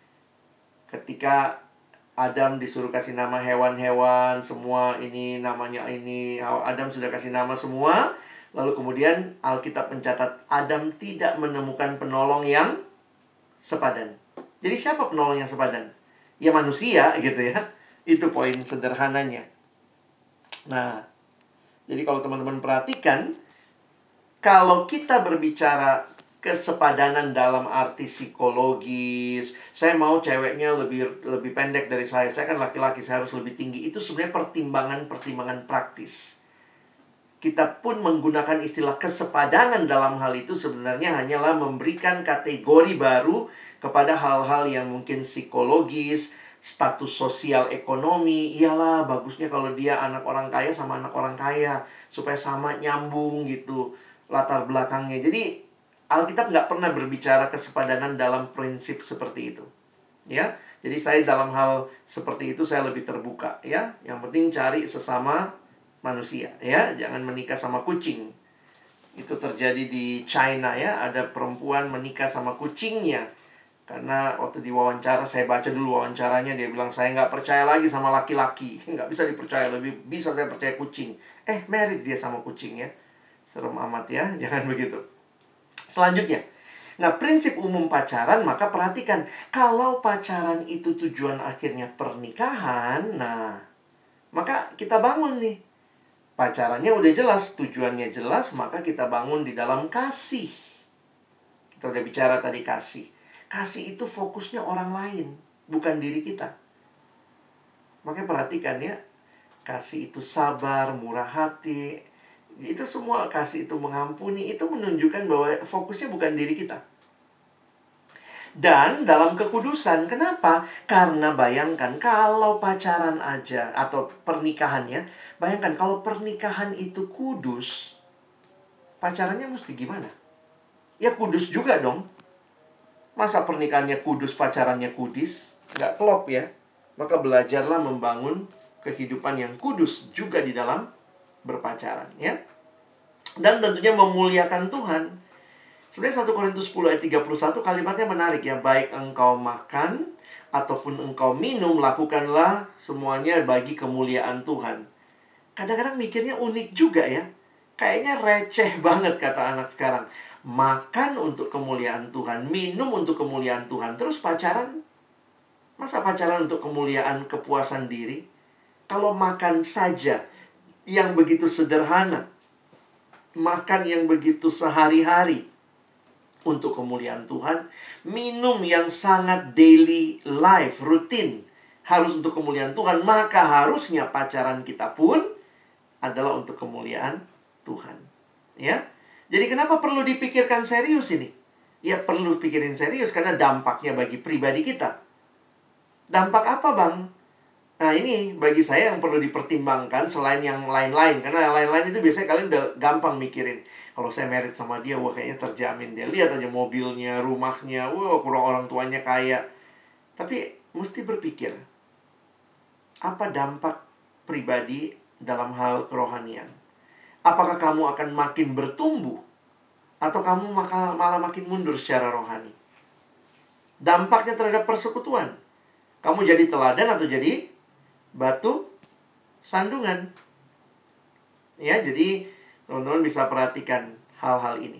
Ketika Adam disuruh kasih nama hewan-hewan, semua ini namanya ini, Adam sudah kasih nama semua. Lalu kemudian Alkitab mencatat Adam tidak menemukan penolong yang sepadan. Jadi siapa penolong yang sepadan? Ya manusia gitu ya. Itu poin sederhananya. Nah, jadi kalau teman-teman perhatikan, kalau kita berbicara kesepadanan dalam arti psikologis, saya mau ceweknya lebih lebih pendek dari saya, saya kan laki-laki, saya harus lebih tinggi. Itu sebenarnya pertimbangan-pertimbangan praktis. Kita pun menggunakan istilah kesepadanan dalam hal itu sebenarnya hanyalah memberikan kategori baru kepada hal-hal yang mungkin psikologis, status sosial ekonomi. Iyalah, bagusnya kalau dia anak orang kaya sama anak orang kaya, supaya sama nyambung gitu latar belakangnya. Jadi Alkitab nggak pernah berbicara kesepadanan dalam prinsip seperti itu, ya. Jadi saya dalam hal seperti itu saya lebih terbuka, ya. Yang penting cari sesama manusia, ya. Jangan menikah sama kucing. Itu terjadi di China, ya. Ada perempuan menikah sama kucingnya. Karena waktu diwawancara, saya baca dulu wawancaranya, dia bilang, saya nggak percaya lagi sama laki-laki. Nggak bisa dipercaya, lebih bisa saya percaya kucing. Eh, married dia sama kucing ya. Serem amat ya, jangan begitu. Selanjutnya, nah prinsip umum pacaran, maka perhatikan, kalau pacaran itu tujuan akhirnya pernikahan, nah, maka kita bangun nih. Pacarannya udah jelas, tujuannya jelas, maka kita bangun di dalam kasih. Kita udah bicara tadi kasih. Kasih itu fokusnya orang lain, bukan diri kita. Makanya perhatikan ya, kasih itu sabar, murah hati. Itu semua kasih itu mengampuni, itu menunjukkan bahwa fokusnya bukan diri kita. Dan dalam kekudusan, kenapa? Karena bayangkan kalau pacaran aja atau pernikahannya, bayangkan kalau pernikahan itu kudus, pacarannya mesti gimana? Ya kudus juga dong. Masa pernikahannya kudus, pacarannya kudis? Nggak klop ya. Maka belajarlah membangun kehidupan yang kudus juga di dalam berpacaran ya. Dan tentunya memuliakan Tuhan. Sebenarnya satu Korintus sepuluh ayat tiga puluh satu kalimatnya menarik ya. Baik engkau makan ataupun engkau minum, lakukanlah semuanya bagi kemuliaan Tuhan. Kadang-kadang mikirnya unik juga ya. Kayaknya receh banget kata anak sekarang. Makan untuk kemuliaan Tuhan, minum untuk kemuliaan Tuhan, terus pacaran? Masa pacaran untuk kemuliaan kepuasan diri? Kalau makan saja yang begitu sederhana, makan yang begitu sehari-hari untuk kemuliaan Tuhan, minum yang sangat daily life, rutin, harus untuk kemuliaan Tuhan, maka harusnya pacaran kita pun adalah untuk kemuliaan Tuhan. Ya. Jadi kenapa perlu dipikirkan serius ini? Ya perlu pikirin serius karena dampaknya bagi pribadi kita. Dampak apa, Bang? Nah ini bagi saya yang perlu dipertimbangkan selain yang lain-lain. Karena yang lain-lain itu biasanya kalian udah gampang mikirin. Kalau saya married sama dia, wah kayaknya terjamin. Dia lihat aja mobilnya, rumahnya, wah kurang orang tuanya kaya. Tapi mesti berpikir, apa dampak pribadi dalam hal kerohanian? Apakah kamu akan makin bertumbuh? Atau kamu malah makin mundur secara rohani? Dampaknya terhadap persekutuan. Kamu jadi teladan atau jadi batu sandungan? Ya, jadi teman-teman bisa perhatikan hal-hal ini.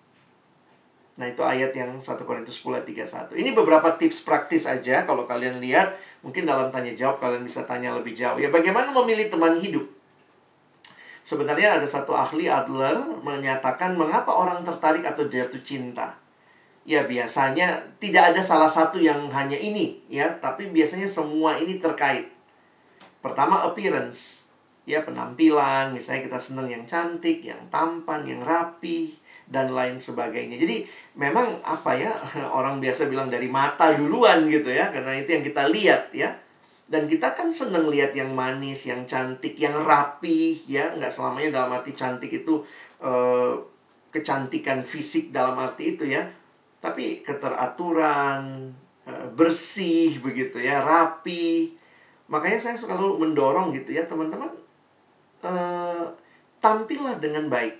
Nah, itu ayat yang satu Korintus sepuluh ayat tiga puluh satu. Ini beberapa tips praktis aja. Kalau kalian lihat, mungkin dalam tanya jawab kalian bisa tanya lebih jauh. Ya, bagaimana memilih teman hidup? Sebenarnya ada satu ahli, Adler, menyatakan mengapa orang tertarik atau jatuh cinta. Ya, biasanya tidak ada salah satu yang hanya ini, ya, tapi biasanya semua ini terkait. Pertama, appearance. Ya, penampilan, misalnya kita senang yang cantik, yang tampan, yang rapi, dan lain sebagainya. Jadi, memang apa ya, orang biasa bilang dari mata duluan gitu ya, karena itu yang kita lihat ya. Dan kita kan seneng lihat yang manis, yang cantik, yang rapi, ya. Nggak selamanya dalam arti cantik itu uh, kecantikan fisik dalam arti itu ya. Tapi keteraturan, uh, bersih begitu ya, rapi. Makanya saya selalu mendorong gitu ya, teman-teman, uh, tampillah dengan baik.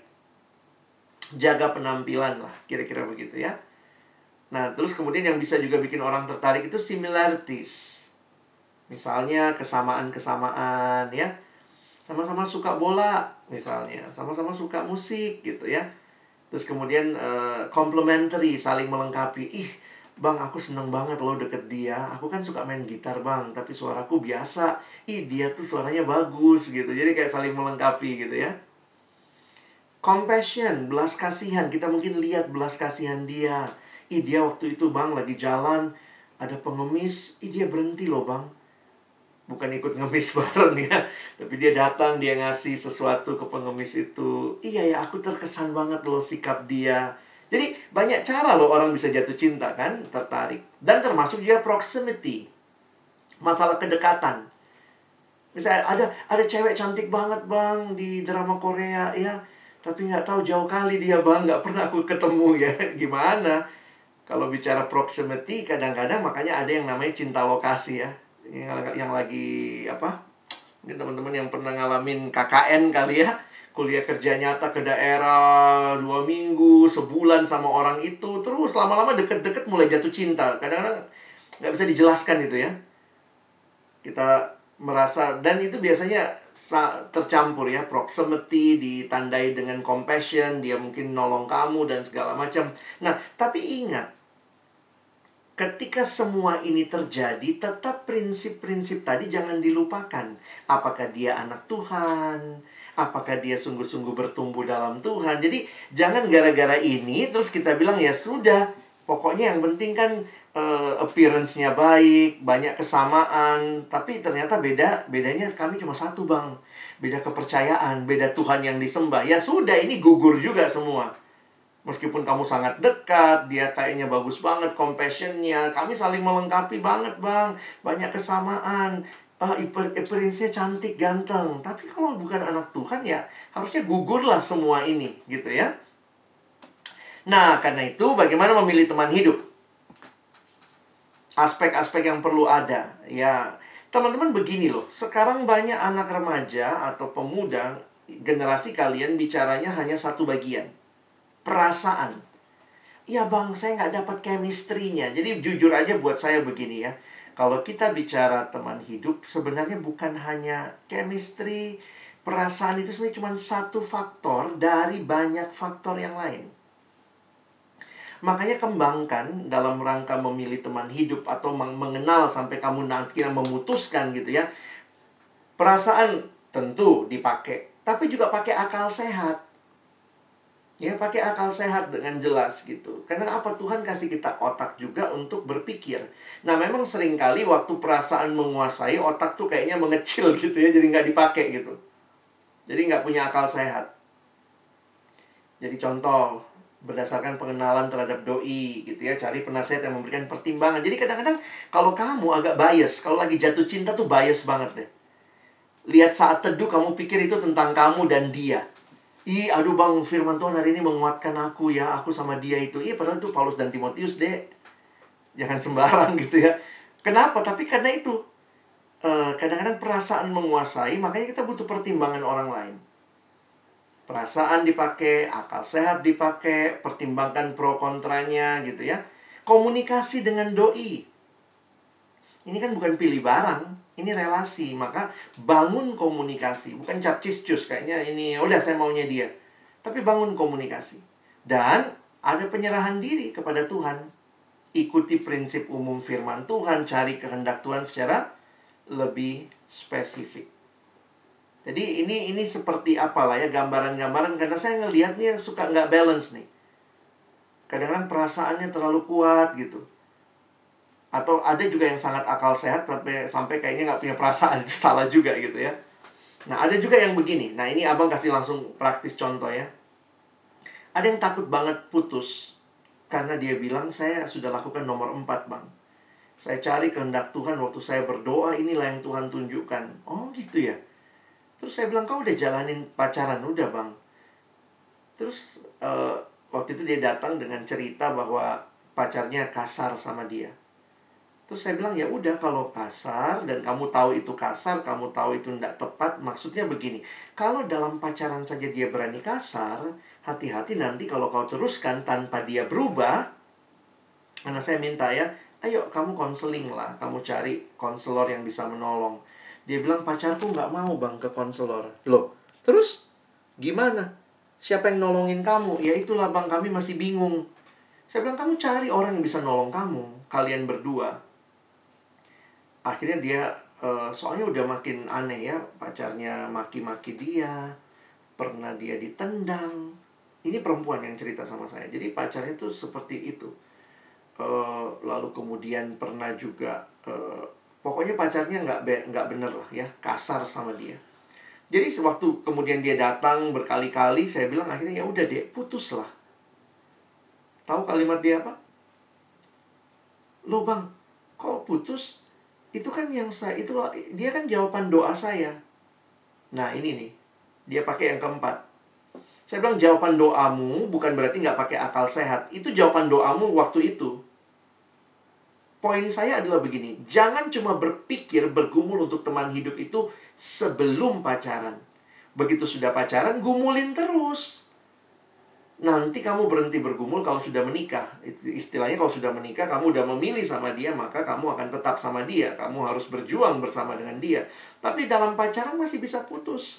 Jaga penampilan lah, kira-kira begitu ya. Nah, terus kemudian yang bisa juga bikin orang tertarik itu similarities. Misalnya kesamaan-kesamaan ya. Sama-sama suka bola misalnya, sama-sama suka musik gitu ya. Terus kemudian uh, complementary, saling melengkapi. Ih, Bang, aku seneng banget loh deket dia. Aku kan suka main gitar, Bang, tapi suaraku biasa. Ih, dia tuh suaranya bagus gitu. Jadi kayak saling melengkapi gitu ya. Compassion, belas kasihan. Kita mungkin lihat belas kasihan dia. Ih, dia waktu itu, Bang, lagi jalan, ada pengemis. Ih, dia berhenti loh, Bang. Bukan ikut ngemis bareng ya, tapi dia datang, dia ngasih sesuatu ke pengemis itu. Iya ya, aku terkesan banget loh sikap dia. Jadi banyak cara loh orang bisa jatuh cinta kan, tertarik. Dan termasuk juga proximity, masalah kedekatan. Misalnya ada ada cewek cantik banget, Bang, di drama Korea ya, tapi nggak tahu jauh kali dia, Bang, nggak pernah aku ketemu ya. Gimana? Kalau bicara proximity, kadang-kadang makanya ada yang namanya cinta lokasi ya. Yang, yang lagi apa, mungkin teman-teman yang pernah ngalamin K K N kali ya, kuliah kerja nyata ke daerah dua minggu, sebulan sama orang itu, terus lama-lama deket-deket mulai jatuh cinta. Kadang-kadang nggak bisa dijelaskan itu ya. Kita merasa, dan itu biasanya tercampur ya, proximity ditandai dengan compassion, dia mungkin nolong kamu dan segala macam. Nah, tapi ingat, ketika semua ini terjadi, tetap prinsip-prinsip tadi jangan dilupakan. Apakah dia anak Tuhan? Apakah dia sungguh-sungguh bertumbuh dalam Tuhan? Jadi, jangan gara-gara ini terus kita bilang, ya sudah, pokoknya yang penting kan uh, appearance-nya baik, banyak kesamaan. Tapi ternyata beda, bedanya kami cuma satu, Bang. Beda kepercayaan, beda Tuhan yang disembah. Ya sudah, ini gugur juga semua. Meskipun kamu sangat dekat, dia kayaknya bagus banget, compassion-nya, kami saling melengkapi banget, Bang. Banyak kesamaan, uh, appearance-nya cantik, ganteng. Tapi kalau bukan anak Tuhan ya, harusnya gugurlah semua ini, gitu ya. Nah, karena itu bagaimana memilih teman hidup? Aspek-aspek yang perlu ada. Ya, teman-teman begini loh, sekarang banyak anak remaja atau pemuda, generasi kalian bicaranya hanya satu bagian. Perasaan. Ya, Bang, saya nggak dapat chemistry-nya. Jadi jujur aja buat saya begini ya. Kalau kita bicara teman hidup, sebenarnya bukan hanya chemistry, perasaan itu sebenarnya cuma satu faktor dari banyak faktor yang lain. Makanya kembangkan dalam rangka memilih teman hidup atau mengenal sampai kamu nanti memutuskan gitu ya. Perasaan tentu dipakai, tapi juga pakai akal sehat. Ya, pakai akal sehat dengan jelas gitu. Karena apa? Tuhan kasih kita otak juga untuk berpikir. Nah, memang seringkali waktu perasaan menguasai, otak tuh kayaknya mengecil gitu ya. Jadi nggak dipakai gitu. Jadi nggak punya akal sehat. Jadi contoh, berdasarkan pengenalan terhadap doi gitu ya. Cari penasihat yang memberikan pertimbangan. Jadi kadang-kadang kalau kamu agak bias, kalau lagi jatuh cinta tuh bias banget deh. Lihat saat teduh, kamu pikir itu tentang kamu dan dia. Ih, aduh, Bang, firman Tuhan hari ini menguatkan aku ya. Aku sama dia itu. Ih, padahal itu Paulus dan Timotius, deh. Jangan sembarang gitu ya. Kenapa? Tapi karena itu. Uh, kadang-kadang perasaan menguasai, makanya kita butuh pertimbangan orang lain. Perasaan dipakai, akal sehat dipakai, pertimbangkan pro kontranya gitu ya. Komunikasi dengan doi. Ini kan bukan pilih barang, ini relasi. Maka bangun komunikasi, bukan capcis cus kayaknya ini udah saya maunya dia. Tapi bangun komunikasi. Dan ada penyerahan diri kepada Tuhan. Ikuti prinsip umum firman Tuhan, cari kehendak Tuhan secara lebih spesifik. Jadi ini ini seperti apalah ya, gambaran-gambaran. Karena saya ngelihatnya suka nggak balance nih. Kadang-kadang perasaannya terlalu kuat gitu. Atau ada juga yang sangat akal sehat sampai sampai kayaknya nggak punya perasaan. Itu salah juga gitu ya. Nah ada juga yang begini. Nah ini abang kasih langsung praktis contoh ya. Ada yang takut banget putus karena dia bilang, saya sudah lakukan nomor empat bang. Saya cari kehendak Tuhan waktu saya berdoa, inilah yang Tuhan tunjukkan. Oh gitu ya. Terus saya bilang, kau udah jalanin pacaran? Udah bang. Terus uh, waktu itu dia datang dengan cerita bahwa pacarnya kasar sama dia. Terus saya bilang, ya udah kalau kasar dan kamu tahu itu kasar, kamu tahu itu tidak tepat, maksudnya begini. Kalau dalam pacaran saja dia berani kasar, hati-hati nanti kalau kau teruskan tanpa dia berubah. Karena saya minta ya, ayo kamu konseling lah, kamu cari konselor yang bisa menolong. Dia bilang, pacarku nggak mau bang ke konselor. Loh, terus gimana? Siapa yang nolongin kamu? Ya itulah bang, kami masih bingung. Saya bilang, kamu cari orang yang bisa nolong kamu. Kalian berdua. Akhirnya dia, uh, soalnya udah makin aneh ya. Pacarnya maki-maki dia. Pernah dia ditendang. Ini perempuan yang cerita sama saya. Jadi pacarnya tuh seperti itu. Uh, lalu kemudian pernah juga... Uh, Pokoknya pacarnya nggak be nggak bener lah ya, kasar sama dia. Jadi sewaktu kemudian dia datang berkali-kali, saya bilang akhirnya ya udah deh, putuslah. Tahu kalimat dia apa? Loh bang, kok putus? Itu kan yang saya, itu dia kan jawaban doa saya. Nah ini nih, dia pakai yang keempat. Saya bilang jawaban doamu bukan berarti nggak pakai akal sehat. Itu jawaban doamu waktu itu. Poin saya adalah begini, jangan cuma berpikir bergumul untuk teman hidup itu sebelum pacaran. Begitu sudah pacaran, gumulin terus. Nanti kamu berhenti bergumul kalau sudah menikah. Istilahnya kalau sudah menikah, kamu udah memilih sama dia, maka kamu akan tetap sama dia. Kamu harus berjuang bersama dengan dia. Tapi dalam pacaran masih bisa putus.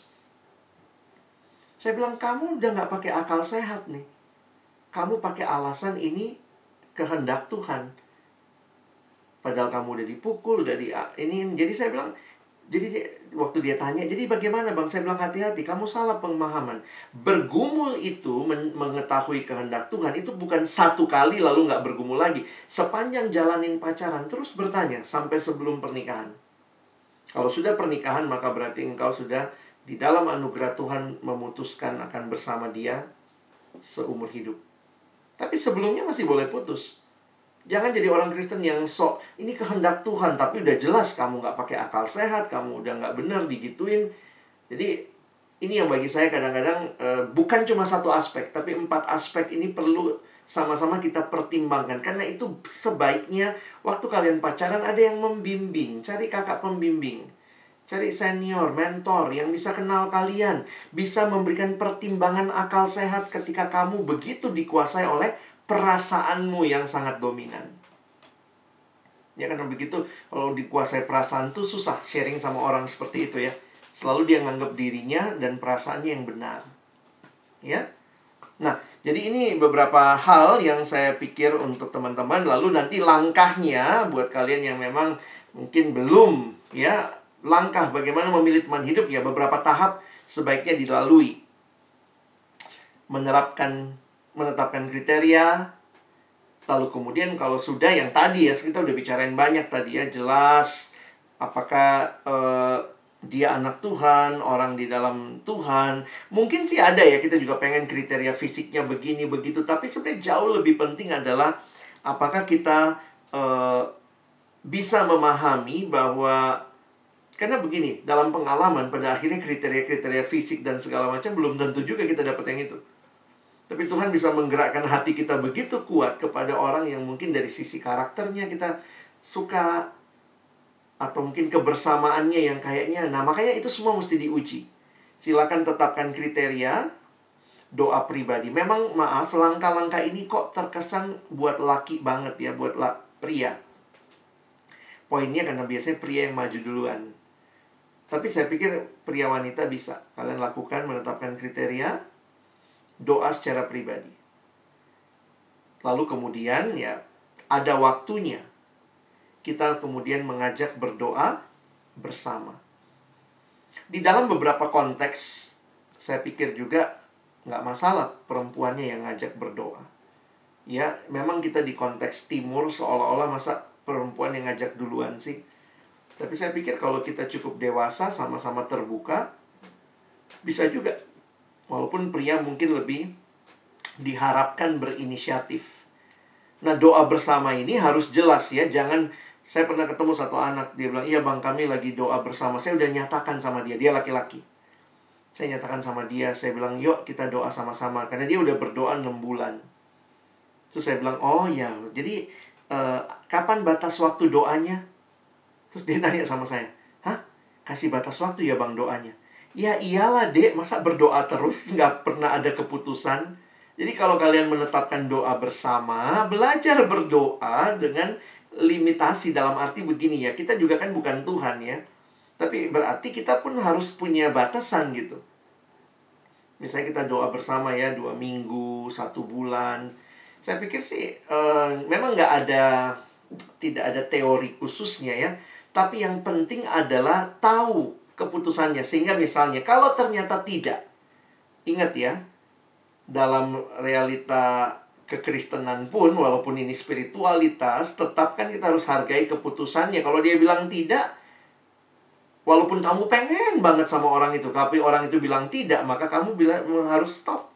Saya bilang, kamu udah gak pakai akal sehat nih. Kamu pakai alasan ini kehendak Tuhan. Padahal kamu udah dipukul, udah di ini. Jadi saya bilang, jadi dia, waktu dia tanya, jadi bagaimana bang? Saya bilang hati-hati, kamu salah pemahaman. Bergumul itu men mengetahui kehendak Tuhan itu bukan satu kali lalu nggak bergumul lagi. Sepanjang jalanin pacaran terus bertanya sampai sebelum pernikahan. Kalau sudah pernikahan maka berarti engkau sudah di dalam anugerah Tuhan memutuskan akan bersama dia seumur hidup. Tapi sebelumnya masih boleh putus. Jangan jadi orang Kristen yang sok, ini kehendak Tuhan, tapi udah jelas kamu nggak pakai akal sehat, kamu udah nggak benar digituin. Jadi ini yang bagi saya kadang-kadang e, bukan cuma satu aspek, tapi empat aspek ini perlu sama-sama kita pertimbangkan. Karena itu sebaiknya waktu kalian pacaran ada yang membimbing, cari kakak pembimbing. Cari senior, mentor yang bisa kenal kalian, bisa memberikan pertimbangan akal sehat ketika kamu begitu dikuasai oleh perasaanmu yang sangat dominan. Ya karena begitu, kalau dikuasai perasaan tuh susah sharing sama orang seperti itu ya. Selalu dia nganggap dirinya dan perasaannya yang benar. Ya. Nah, jadi ini beberapa hal yang saya pikir untuk teman-teman. Lalu nanti langkahnya buat kalian yang memang mungkin belum ya, langkah bagaimana memilih teman hidup ya, beberapa tahap sebaiknya dilalui. Menerapkan menetapkan kriteria. Lalu kemudian kalau sudah yang tadi ya, kita udah bicarain banyak tadi ya, jelas apakah uh, dia anak Tuhan, orang di dalam Tuhan. Mungkin sih ada ya, kita juga pengen kriteria fisiknya begini begitu, tapi sebenarnya jauh lebih penting adalah apakah kita uh, bisa memahami bahwa, karena begini, dalam pengalaman pada akhirnya kriteria-kriteria fisik dan segala macam belum tentu juga kita dapat yang itu. Tapi Tuhan bisa menggerakkan hati kita begitu kuat kepada orang yang mungkin dari sisi karakternya kita suka, atau mungkin kebersamaannya yang kayaknya. Nah makanya itu semua mesti diuji. Silakan tetapkan kriteria. Doa pribadi. Memang maaf, langkah-langkah ini kok terkesan buat laki banget ya, buat la pria. poinnya karena biasanya pria yang maju duluan. Tapi saya pikir pria wanita bisa. Kalian lakukan, menetapkan kriteria, doa secara pribadi. Lalu kemudian ya ada waktunya. Kita kemudian mengajak berdoa bersama. Di dalam beberapa konteks, saya pikir juga nggak masalah perempuannya yang ngajak berdoa. Ya, memang kita di konteks timur seolah-olah masa perempuan yang ngajak duluan sih. Tapi saya pikir kalau kita cukup dewasa, sama-sama terbuka, bisa juga. Walaupun pria mungkin lebih diharapkan berinisiatif. Nah, doa bersama ini harus jelas ya. Jangan, saya pernah ketemu satu anak, dia bilang, iya bang, kami lagi doa bersama. Saya udah nyatakan sama dia, dia laki-laki. Saya nyatakan sama dia, saya bilang, yuk kita doa sama-sama. Karena dia udah berdoa enam bulan. Terus saya bilang, oh ya, jadi uh, kapan batas waktu doanya? Terus dia tanya sama saya, hah? Kasih batas waktu ya bang doanya? Ya iyalah dek, masa berdoa terus nggak pernah ada keputusan? Jadi kalau kalian menetapkan doa bersama, belajar berdoa dengan limitasi, dalam arti begini ya, kita juga kan bukan Tuhan ya. Tapi berarti kita pun harus punya batasan gitu. Misalnya kita doa bersama ya, dua minggu, satu bulan. Saya pikir sih uh, memang nggak ada, tidak ada teori khususnya ya. Tapi yang penting adalah tahu keputusannya. Sehingga misalnya kalau ternyata tidak, ingat ya, dalam realita kekristenan pun, walaupun ini spiritualitas, tetap kan kita harus hargai keputusannya. Kalau dia bilang tidak, walaupun kamu pengen banget sama orang itu, tapi orang itu bilang tidak, maka kamu bilang harus stop.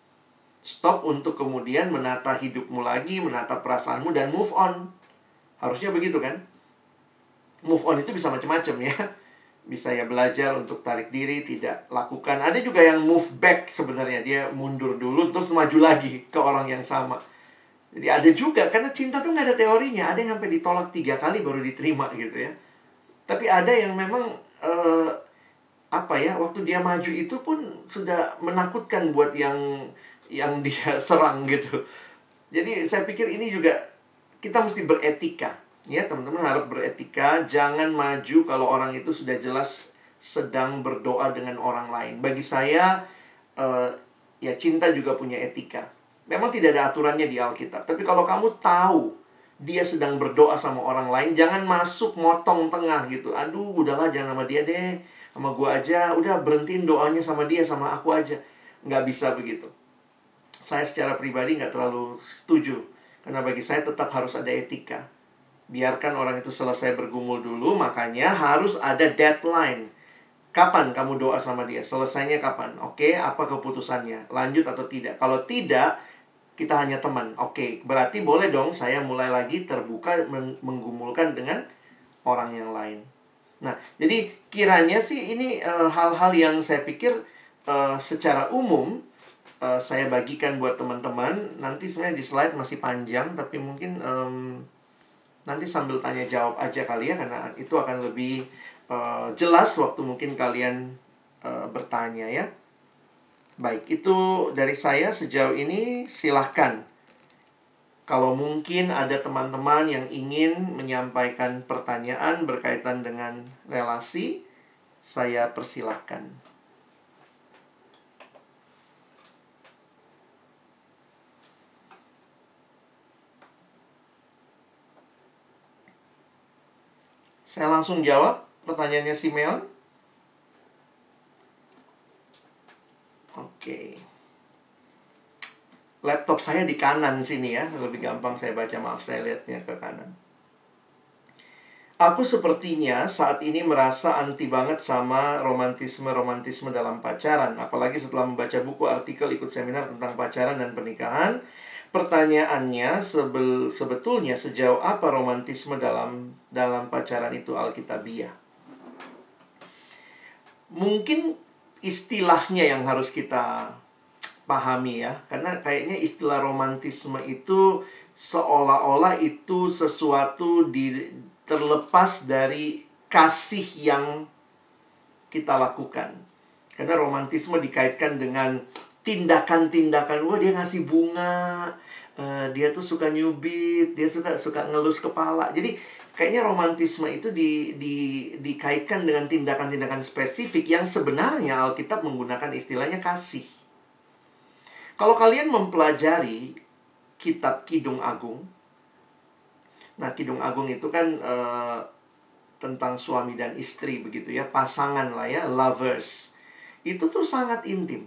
Stop untuk kemudian menata hidupmu lagi, menata perasaanmu, dan move on. Harusnya begitu kan? Move on itu bisa macam-macam ya. Bisa ya belajar untuk tarik diri, tidak lakukan. Ada juga yang move back sebenarnya. Dia mundur dulu, terus maju lagi ke orang yang sama. Jadi ada juga, karena cinta tuh nggak ada teorinya. Ada yang sampai ditolak tiga kali baru diterima gitu ya. Tapi ada yang memang, uh, apa ya, waktu dia maju itu pun sudah menakutkan buat yang, yang dia serang gitu. Jadi saya pikir ini juga, kita mesti beretika. Ya, teman-teman harus beretika. Jangan maju kalau orang itu sudah jelas sedang berdoa dengan orang lain. Bagi saya, uh, ya cinta juga punya etika. Memang tidak ada aturannya di Alkitab. Tapi kalau kamu tahu dia sedang berdoa sama orang lain, jangan masuk motong tengah gitu. Aduh, udahlah jangan sama dia deh. Sama gua aja. Udah berhentiin doanya sama dia, sama aku aja. Nggak bisa begitu. Saya secara pribadi nggak terlalu setuju. Karena bagi saya tetap harus ada etika. Biarkan orang itu selesai bergumul dulu, makanya harus ada deadline. Kapan kamu doa sama dia? Selesainya kapan? Oke, apa keputusannya? Lanjut atau tidak? Kalau tidak, kita hanya teman. Oke, berarti boleh dong saya mulai lagi terbuka meng- menggumulkan dengan orang yang lain. Nah, jadi kiranya sih ini uh, hal-hal yang saya pikir uh, secara umum uh, saya bagikan buat teman-teman. Nanti sebenarnya di slide masih panjang, tapi mungkin Um, nanti sambil tanya jawab aja kali ya, karena itu akan lebih uh, jelas waktu mungkin kalian uh, bertanya ya. Baik, itu dari saya sejauh ini. Silahkan kalau mungkin ada teman-teman yang ingin menyampaikan pertanyaan berkaitan dengan relasi, saya persilahkan. Saya langsung jawab pertanyaannya Simeon. Oke. Laptop saya di kanan sini ya. Lebih gampang saya baca, maaf saya lihatnya ke kanan. Aku sepertinya saat ini merasa anti banget sama romantisme-romantisme dalam pacaran. Apalagi setelah membaca buku, artikel, ikut seminar tentang pacaran dan pernikahan. Pertanyaannya, sebel, sebetulnya sejauh apa romantisme dalam dalam pacaran itu alkitabiah? Mungkin istilahnya yang harus kita pahami ya. Karena kayaknya istilah romantisme itu seolah-olah itu sesuatu di, terlepas dari kasih yang kita lakukan. Karena romantisme dikaitkan dengan tindakan-tindakan. Wah, dia ngasih bunga, uh, dia tuh suka nyubit, dia suka suka ngelus kepala. Jadi kayaknya romantisme itu di, di, dikaitkan dengan tindakan-tindakan spesifik yang sebenarnya Alkitab menggunakan istilahnya kasih. Kalau kalian mempelajari kitab Kidung Agung, nah Kidung Agung itu kan uh, tentang suami dan istri begitu ya, pasangan lah ya, lovers. Itu tuh sangat intim.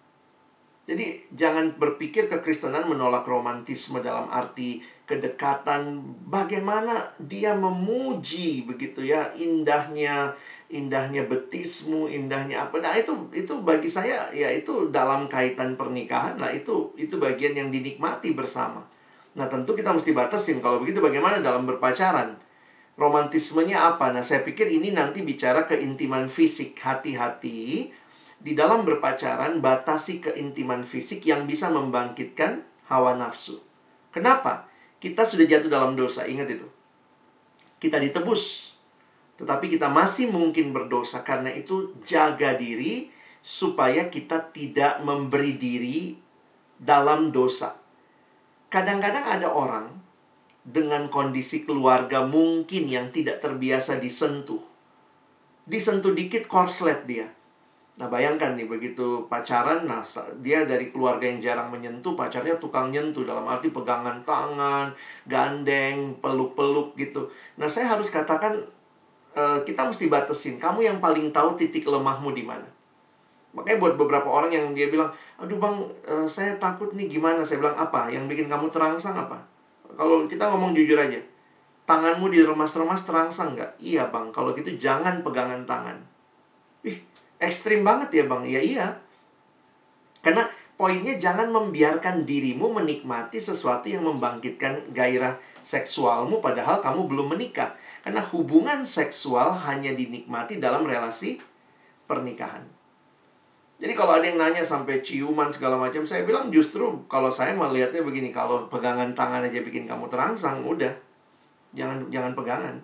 Jadi jangan berpikir kekristenan menolak romantisme dalam arti kedekatan, bagaimana dia memuji begitu ya, indahnya indahnya betismu, indahnya apa. Nah, itu itu bagi saya ya itu dalam kaitan pernikahan lah, itu itu bagian yang dinikmati bersama. Nah, tentu kita mesti batasin. Kalau begitu bagaimana dalam berpacaran? Romantismenya apa? Nah, saya pikir ini nanti bicara keintiman fisik. Hati-hati di dalam berpacaran, batasi keintiman fisik yang bisa membangkitkan hawa nafsu. Kenapa? Kita sudah jatuh dalam dosa, ingat itu. Kita ditebus, tetapi kita masih mungkin berdosa. Karena itu jaga diri supaya kita tidak memberi diri dalam dosa. Kadang-kadang ada orang dengan kondisi keluarga mungkin yang tidak terbiasa disentuh. Disentuh dikit korslet dia. Nah, bayangkan nih, begitu pacaran, nah dia dari keluarga yang jarang menyentuh, pacarnya tukang nyentuh, dalam arti pegangan tangan, gandeng, peluk-peluk gitu. Nah, saya harus katakan, uh, kita mesti batasin. Kamu yang paling tahu titik lemahmu di mana. Makanya buat beberapa orang yang dia bilang, aduh bang, uh, saya takut nih gimana. Saya bilang, apa? Yang bikin kamu terangsang apa? Kalau kita ngomong jujur aja, tanganmu diremas-remas terangsang nggak? Iya bang, kalau gitu jangan pegangan tangan. Ih, ekstrim banget ya bang. Ya iya. Karena poinnya jangan membiarkan dirimu menikmati sesuatu yang membangkitkan gairah seksualmu padahal kamu belum menikah. Karena hubungan seksual hanya dinikmati dalam relasi pernikahan. Jadi kalau ada yang nanya sampai ciuman segala macam, saya bilang justru kalau saya melihatnya begini, kalau pegangan tangan aja bikin kamu terangsang, udah. Jangan jangan pegangan.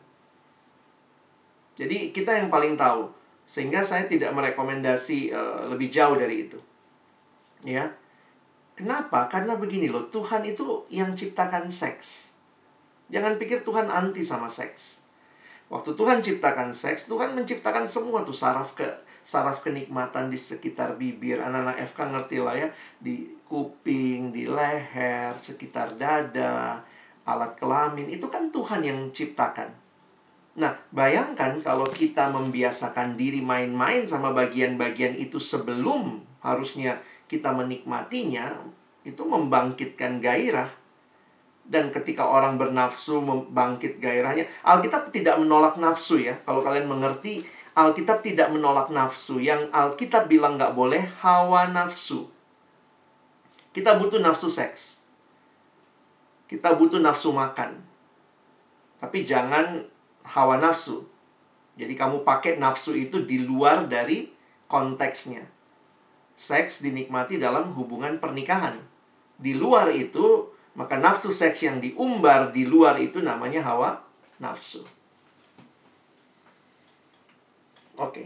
Jadi kita yang paling tahu. Sehingga saya tidak merekomendasi uh, lebih jauh dari itu. Ya. Kenapa? Karena begini loh, Tuhan itu yang ciptakan seks. Jangan pikir Tuhan anti sama seks. Waktu Tuhan ciptakan seks, Tuhan menciptakan semua tuh saraf ke saraf kenikmatan di sekitar bibir. Anak-anak F K ngerti lah ya, di kuping, di leher, sekitar dada, alat kelamin, itu kan Tuhan yang ciptakan. Nah, bayangkan kalau kita membiasakan diri main-main sama bagian-bagian itu sebelum harusnya kita menikmatinya, itu membangkitkan gairah. Dan ketika orang bernafsu membangkit gairahnya, Alkitab tidak menolak nafsu ya. Kalau kalian mengerti, Alkitab tidak menolak nafsu. Yang Alkitab bilang nggak boleh, hawa nafsu. Kita butuh nafsu seks. Kita butuh nafsu makan. Tapi jangan hawa nafsu. Jadi kamu pakai nafsu itu di luar dari konteksnya. Seks dinikmati dalam hubungan pernikahan. Di luar itu, maka nafsu seks yang diumbar di luar itu namanya hawa nafsu. Oke.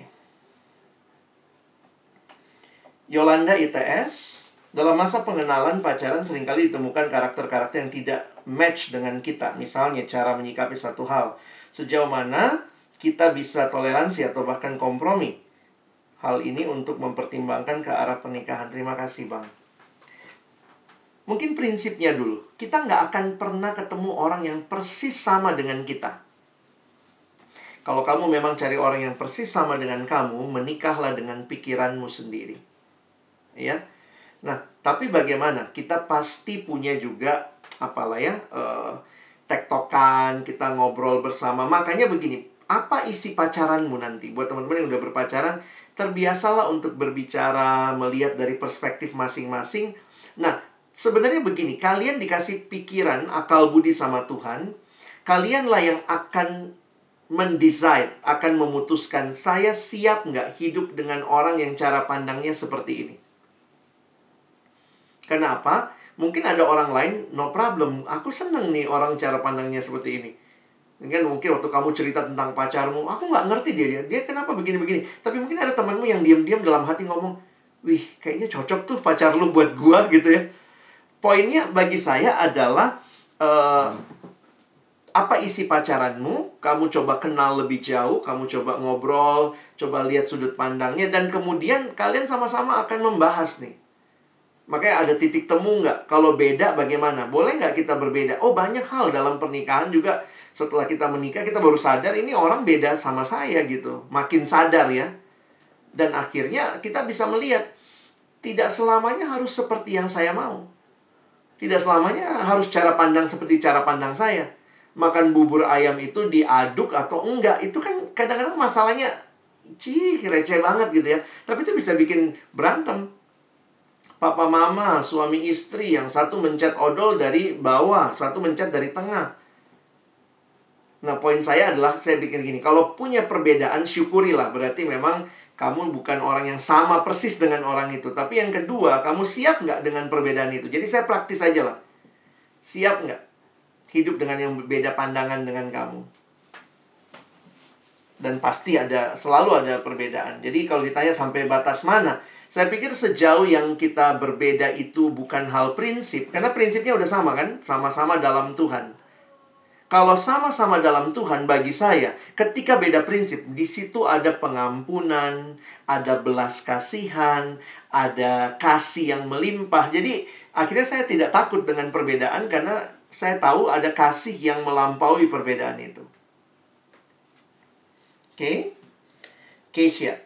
Yolanda I T S, dalam masa pengenalan pacaran seringkali ditemukan karakter-karakter yang tidak match dengan kita. Misalnya cara menyikapi satu hal. Sejauh mana kita bisa toleransi atau bahkan kompromi. Hal ini untuk mempertimbangkan ke arah pernikahan. Terima kasih bang. Mungkin prinsipnya dulu. Kita nggak akan pernah ketemu orang yang persis sama dengan kita. Kalau kamu memang cari orang yang persis sama dengan kamu, menikahlah dengan pikiranmu sendiri. Ya. Nah, tapi bagaimana? Kita pasti punya juga, apalah ya, uh, tektokan, kita ngobrol bersama. Makanya begini, apa isi pacaranmu nanti? Buat teman-teman yang udah berpacaran, terbiasalah untuk berbicara, melihat dari perspektif masing-masing. Nah, sebenarnya begini, kalian dikasih pikiran, akal budi sama Tuhan. Kalianlah yang akan mendecide, akan memutuskan, saya siap nggak hidup dengan orang yang cara pandangnya seperti ini. Kenapa? Mungkin ada orang lain, no problem. Aku seneng nih orang cara pandangnya seperti ini. Mungkin, mungkin waktu kamu cerita tentang pacarmu, aku nggak ngerti dia, dia. Dia kenapa begini-begini. Tapi mungkin ada temanmu yang diam-diam dalam hati ngomong, wih, kayaknya cocok tuh pacar lu buat gua gitu ya. Poinnya bagi saya adalah, uh, apa isi pacaranmu, kamu coba kenal lebih jauh, kamu coba ngobrol, coba lihat sudut pandangnya, dan kemudian kalian sama-sama akan membahas nih. Makanya ada titik temu nggak? Kalau beda bagaimana? Boleh nggak kita berbeda? Oh, banyak hal dalam pernikahan juga. Setelah kita menikah, kita baru sadar ini orang beda sama saya gitu. Makin sadar ya. Dan akhirnya kita bisa melihat, tidak selamanya harus seperti yang saya mau. Tidak selamanya harus cara pandang seperti cara pandang saya. Makan bubur ayam itu diaduk atau enggak, itu kan kadang-kadang masalahnya cih, receh banget gitu ya. Tapi itu bisa bikin berantem. Papa mama, suami istri, yang satu mencet odol dari bawah, satu mencet dari tengah. Nah, poin saya adalah, saya pikir gini, kalau punya perbedaan, syukurilah. Berarti memang kamu bukan orang yang sama persis dengan orang itu. Tapi yang kedua, kamu siap nggak dengan perbedaan itu? Jadi saya praktis aja lah. Siap nggak hidup dengan yang berbeda pandangan dengan kamu? Dan pasti ada, selalu ada perbedaan. Jadi kalau ditanya sampai batas mana, saya pikir sejauh yang kita berbeda itu bukan hal prinsip. Karena prinsipnya udah sama kan? Sama-sama dalam Tuhan. Kalau sama-sama dalam Tuhan, bagi saya, ketika beda prinsip, di situ ada pengampunan, ada belas kasihan, ada kasih yang melimpah. Jadi akhirnya saya tidak takut dengan perbedaan karena saya tahu ada kasih yang melampaui perbedaan itu. Oke, okay. Keisha.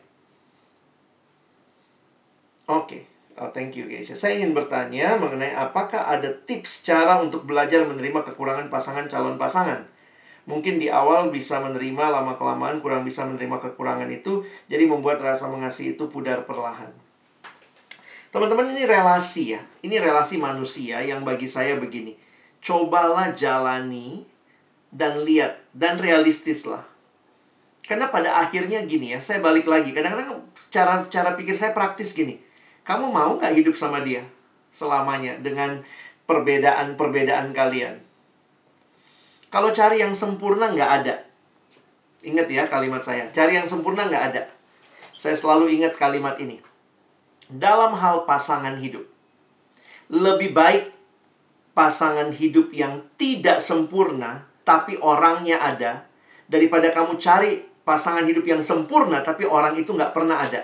Oke, okay. Oh, thank you Keisha. Saya ingin bertanya mengenai apakah ada tips cara untuk belajar menerima kekurangan pasangan calon pasangan. Mungkin di awal bisa menerima, lama-kelamaan kurang bisa menerima kekurangan itu, jadi membuat rasa mengasihi itu pudar perlahan. Teman-teman, ini relasi ya. Ini relasi manusia yang bagi saya begini. Cobalah jalani dan lihat, dan realistislah. Karena pada akhirnya gini ya, saya balik lagi. Kadang-kadang cara, cara pikir saya praktis gini. Kamu mau nggak hidup sama dia selamanya dengan perbedaan-perbedaan kalian? Kalau cari yang sempurna nggak ada. Ingat ya kalimat saya. Cari yang sempurna nggak ada. Saya selalu ingat kalimat ini. Dalam hal pasangan hidup, lebih baik pasangan hidup yang tidak sempurna, tapi orangnya ada, daripada kamu cari pasangan hidup yang sempurna, tapi orang itu nggak pernah ada.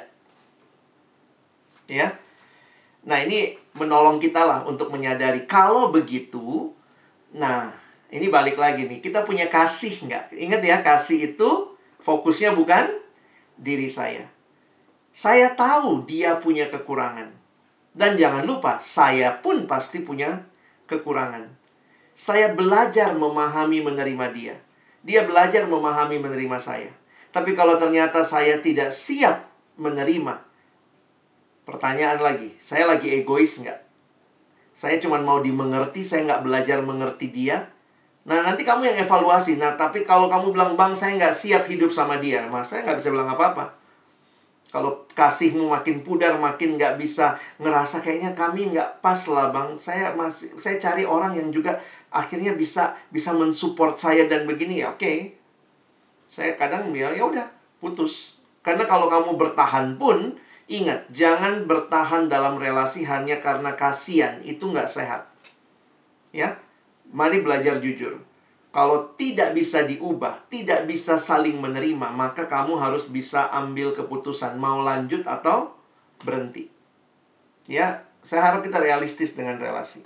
Ya. Nah, ini menolong kita lah untuk menyadari. Kalau begitu, nah, ini balik lagi nih. Kita punya kasih nggak? Ingat ya, kasih itu fokusnya bukan diri saya. Saya tahu dia punya kekurangan. Dan jangan lupa, saya pun pasti punya kekurangan. Saya belajar memahami menerima dia. Dia belajar memahami menerima saya. Tapi kalau ternyata saya tidak siap menerima, pertanyaan lagi, saya lagi egois nggak? Saya cuma mau dimengerti, saya nggak belajar mengerti dia. Nah, nanti kamu yang evaluasi. Nah, tapi kalau kamu bilang, Bang, saya nggak siap hidup sama dia, mas, saya nggak bisa bilang apa-apa. Kalau kasihmu makin pudar, makin nggak bisa ngerasa kayaknya kami nggak pas lah, Bang. Saya masih, saya cari orang yang juga akhirnya bisa bisa mensupport saya dan begini ya, oke. Okay. Saya kadang ya ya udah putus. Karena kalau kamu bertahan pun, ingat, jangan bertahan dalam relasi hanya karena kasihan. Itu nggak sehat. Ya, mari belajar jujur. Kalau tidak bisa diubah, tidak bisa saling menerima, maka kamu harus bisa ambil keputusan mau lanjut atau berhenti. Ya, saya harap kita realistis dengan relasi.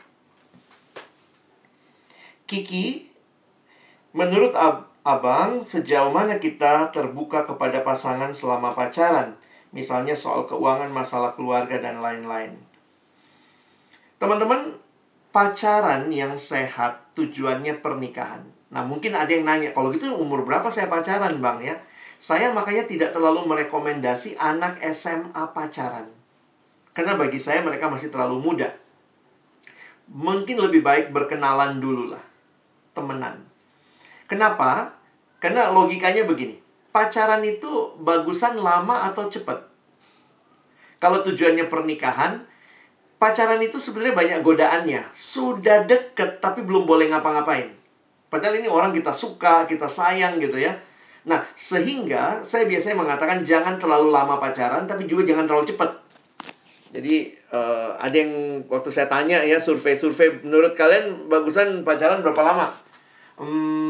Kiki, menurut ab abang, sejauh mana kita terbuka kepada pasangan selama pacaran? Misalnya soal keuangan, masalah keluarga, dan lain-lain. Teman-teman, pacaran yang sehat tujuannya pernikahan. Nah, mungkin ada yang nanya, kalau gitu umur berapa saya pacaran, Bang, ya? Saya makanya tidak terlalu merekomendasi anak S M A pacaran. Karena bagi saya mereka masih terlalu muda. Mungkin lebih baik berkenalan dulu lah. Temenan. Kenapa? Karena logikanya begini. Pacaran itu bagusan lama atau cepat? Kalau tujuannya pernikahan, pacaran itu sebenarnya banyak godaannya. Sudah deket, tapi belum boleh ngapa-ngapain. Padahal ini orang kita suka, kita sayang gitu ya. Nah, sehingga saya biasanya mengatakan jangan terlalu lama pacaran, tapi juga jangan terlalu cepat. Jadi, uh, ada yang waktu saya tanya ya, survei-survei, menurut kalian bagusan pacaran berapa lama? Hmm,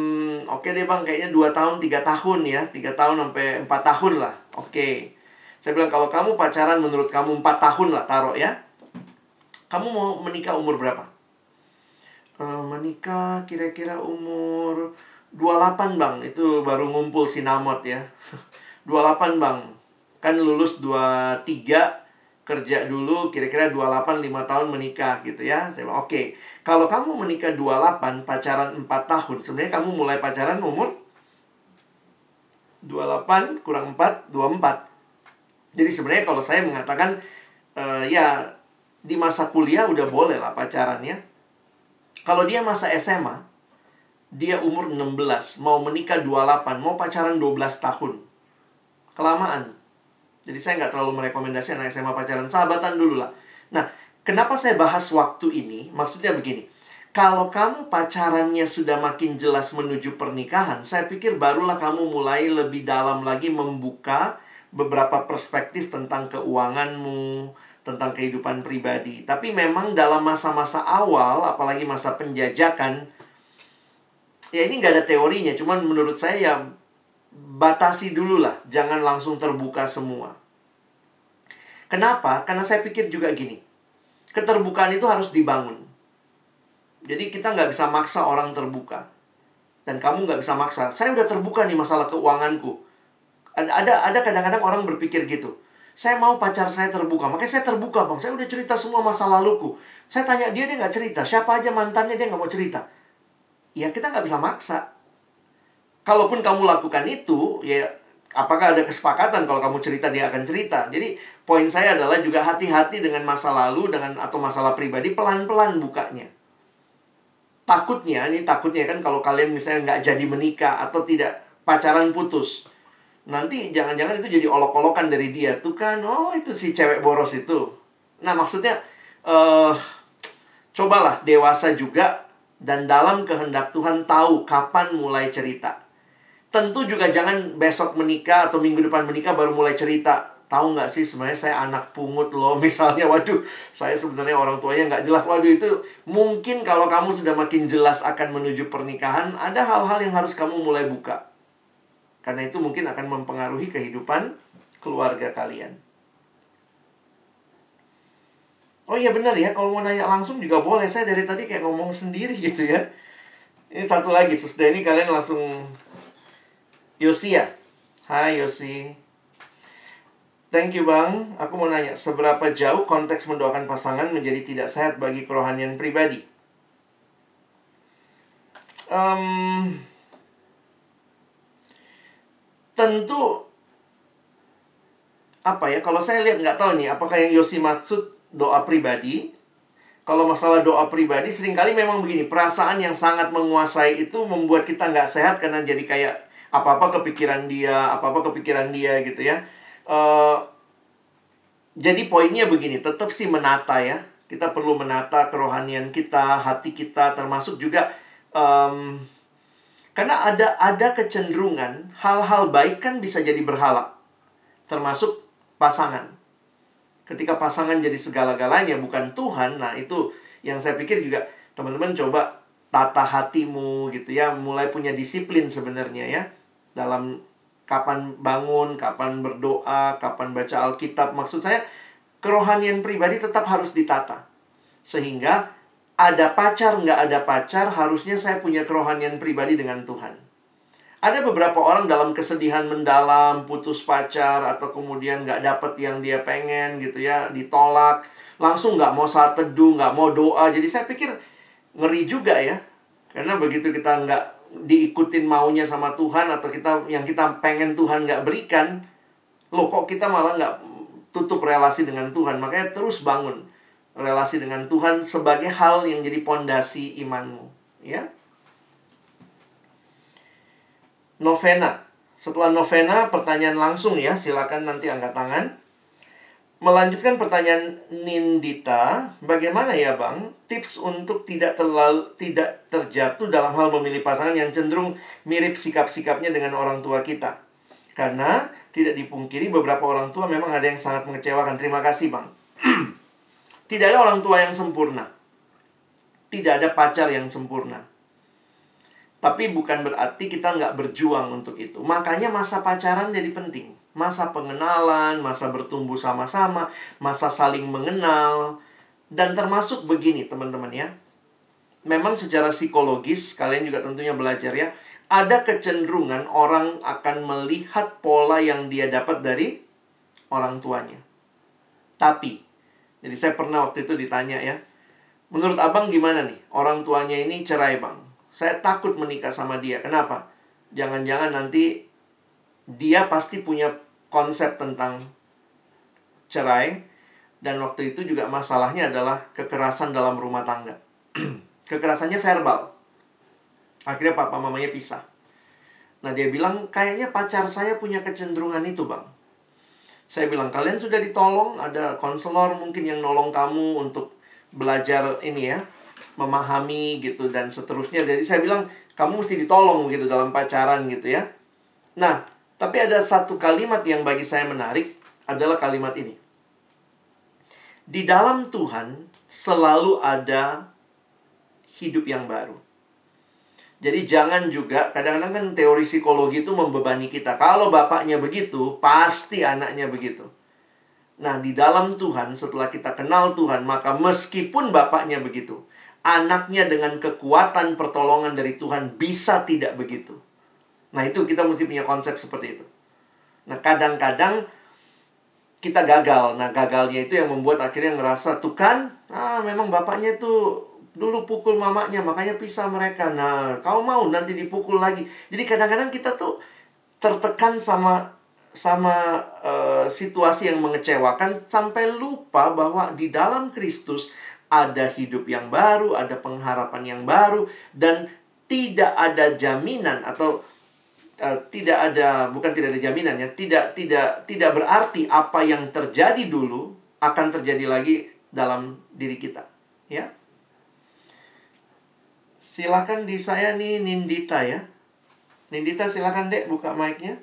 oke deh bang, kayaknya dua tahun, tiga tahun ya. tiga tahun sampai empat tahun lah. Oke. Saya bilang, kalau kamu pacaran menurut kamu empat tahun lah, taruh ya. Kamu mau menikah umur berapa? E, menikah kira-kira umur dua puluh delapan bang. Itu baru ngumpul sinamot ya. dua puluh delapan bang. Kan lulus dua puluh tiga, kerja dulu, kira-kira dua puluh delapan, lima tahun menikah gitu ya. Saya bilang, oke. Kalau kamu menikah dua puluh delapan, pacaran empat tahun, sebenarnya kamu mulai pacaran umur dua puluh delapan kurang empat, dua puluh empat. Jadi sebenarnya kalau saya mengatakan, uh, ya di masa kuliah udah boleh lah pacaran ya. Kalau dia masa S M A, dia umur enam belas, mau menikah dua puluh delapan, mau pacaran dua belas tahun. Kelamaan. Jadi saya nggak terlalu merekomendasikan anak S M A pacaran, sahabatan dulu lah. Nah, kenapa saya bahas waktu ini? Maksudnya begini, kalau kamu pacarannya sudah makin jelas menuju pernikahan, saya pikir barulah kamu mulai lebih dalam lagi membuka beberapa perspektif tentang keuanganmu, tentang kehidupan pribadi. Tapi memang dalam masa-masa awal, apalagi masa penjajakan, ya ini nggak ada teorinya, cuman menurut saya ya batasi dulu lah, jangan langsung terbuka semua. Kenapa? Karena saya pikir juga gini, keterbukaan itu harus dibangun. Jadi kita nggak bisa maksa orang terbuka. Dan kamu nggak bisa maksa, saya udah terbuka nih masalah keuanganku. Ada ada ada kadang-kadang orang berpikir gitu. Saya mau pacar saya terbuka, makanya saya terbuka bang. Saya udah cerita semua masa laluku. Saya tanya dia, dia nggak cerita. Siapa aja mantannya, dia nggak mau cerita. Ya kita nggak bisa maksa. Kalaupun kamu lakukan itu, ya apakah ada kesepakatan kalau kamu cerita dia akan cerita. Jadi poin saya adalah juga hati-hati dengan masa lalu dengan atau masalah pribadi, pelan-pelan bukanya. Takutnya, ini takutnya kan kalau kalian misalnya nggak jadi menikah atau tidak pacaran putus, nanti jangan-jangan itu jadi olok-olokan dari dia. Tuh kan, oh itu si cewek boros itu. Nah maksudnya, uh, cobalah dewasa juga dan dalam kehendak Tuhan tahu kapan mulai cerita. Tentu juga jangan besok menikah atau minggu depan menikah baru mulai cerita. Tahu nggak sih sebenarnya saya anak pungut loh. Misalnya, waduh, saya sebenarnya orang tuanya nggak jelas. Waduh, itu mungkin kalau kamu sudah makin jelas akan menuju pernikahan, ada hal-hal yang harus kamu mulai buka. Karena itu mungkin akan mempengaruhi kehidupan keluarga kalian. Oh iya benar ya, kalau mau nanya langsung juga boleh. Saya dari tadi kayak ngomong sendiri gitu ya. Ini satu lagi, Susda ini kalian langsung... Yosi ya? Hai Yosi. Thank you bang. Aku mau nanya, seberapa jauh konteks mendoakan pasangan menjadi tidak sehat bagi kerohanian pribadi? Um, tentu apa ya, kalau saya lihat nggak tahu nih apakah yang Yosi maksud doa pribadi. Kalau masalah doa pribadi seringkali memang begini, perasaan yang sangat menguasai itu membuat kita nggak sehat karena jadi kayak apa-apa kepikiran dia, apa-apa kepikiran dia gitu ya. uh, Jadi poinnya begini, tetap sih menata ya. Kita perlu menata kerohanian kita, hati kita, termasuk juga um, karena ada ada kecenderungan hal-hal baik kan bisa jadi berhala, termasuk pasangan. Ketika pasangan jadi segala-galanya bukan Tuhan, nah itu yang saya pikir juga teman-teman coba tata hatimu gitu ya, mulai punya disiplin sebenarnya ya dalam kapan bangun, kapan berdoa, kapan baca Alkitab. Maksud saya kerohanian pribadi tetap harus ditata sehingga ada pacar, nggak ada pacar, harusnya saya punya kerohanian pribadi dengan Tuhan. Ada beberapa orang dalam kesedihan mendalam, putus pacar, atau kemudian nggak dapet yang dia pengen gitu ya, ditolak, langsung nggak mau saat teduh, nggak mau doa. Jadi saya pikir ngeri juga ya. Karena begitu kita nggak diikutin maunya sama Tuhan, atau kita yang kita pengen Tuhan nggak berikan, loh kok kita malah nggak tutup relasi dengan Tuhan. Makanya terus bangun relasi dengan Tuhan sebagai hal yang jadi pondasi imanmu, ya. Novena. Setelah novena, pertanyaan langsung ya. Silakan nanti angkat tangan. Melanjutkan pertanyaan Nindita, bagaimana ya Bang tips untuk tidak terlalu tidak terjatuh dalam hal memilih pasangan yang cenderung mirip sikap-sikapnya dengan orang tua kita? Karena tidak dipungkiri beberapa orang tua memang ada yang sangat mengecewakan. Terima kasih Bang. Tidak ada orang tua yang sempurna. Tidak ada pacar yang sempurna. Tapi bukan berarti kita nggak berjuang untuk itu. Makanya masa pacaran jadi penting. Masa pengenalan, masa bertumbuh sama-sama, masa saling mengenal. Dan termasuk begini teman-teman ya. Memang secara psikologis, kalian juga tentunya belajar ya. Ada kecenderungan orang akan melihat pola yang dia dapat dari orang tuanya. Tapi, jadi saya pernah waktu itu ditanya ya. Menurut abang gimana nih? Orang tuanya ini cerai bang. Saya takut menikah sama dia. Kenapa? Jangan-jangan nanti dia pasti punya konsep tentang cerai. Dan waktu itu juga masalahnya adalah kekerasan dalam rumah tangga. Kekerasannya verbal. Akhirnya papa mamanya pisah. Nah dia bilang, kayaknya pacar saya punya kecenderungan itu bang. Saya bilang, kalian sudah ditolong. Ada konselor mungkin yang nolong kamu untuk belajar ini ya, memahami gitu dan seterusnya. Jadi saya bilang kamu mesti ditolong gitu dalam pacaran gitu ya. Nah, tapi ada satu kalimat yang bagi saya menarik adalah kalimat ini. Di dalam Tuhan selalu ada hidup yang baru. Jadi jangan juga, kadang-kadang kan teori psikologi itu membebani kita. Kalau bapaknya begitu, pasti anaknya begitu. Nah, di dalam Tuhan, setelah kita kenal Tuhan, maka meskipun bapaknya begitu, anaknya dengan kekuatan pertolongan dari Tuhan bisa tidak begitu. Nah, itu kita mesti punya konsep seperti itu. Nah, kadang-kadang kita gagal. Nah, gagalnya itu yang membuat akhirnya ngerasa, tuh kan, ah, memang bapaknya itu dulu pukul mamanya, makanya pisah mereka. Nah, kau mau nanti dipukul lagi. Jadi kadang-kadang kita tuh tertekan sama sama uh, situasi yang mengecewakan sampai lupa bahwa di dalam Kristus ada hidup yang baru, ada pengharapan yang baru, dan tidak ada jaminan atau uh, tidak ada, bukan tidak ada jaminan ya, tidak tidak tidak berarti apa yang terjadi dulu akan terjadi lagi dalam diri kita, ya. Silakan di saya nih Nindita ya. Nindita silakan Dek buka mic-nya.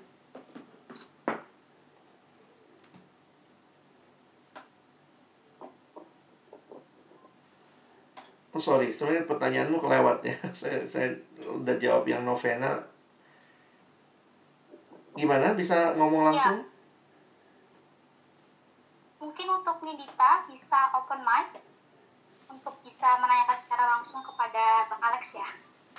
Oh sorry, sebenarnya pertanyaanmu kelewat ya. saya, saya udah jawab yang novena. Gimana? Bisa ngomong langsung? Ya. Mungkin untuk Nindita bisa open mic untuk bisa menanyakan secara langsung kepada Bang Alex ya.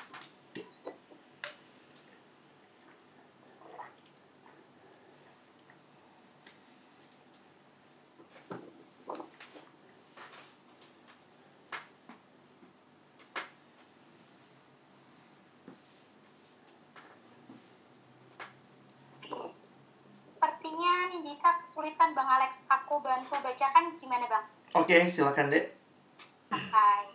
Nindita kesulitan Bang Alex, aku bantu bacakan gimana Bang? Oke, okay, silakan Dek. Hai.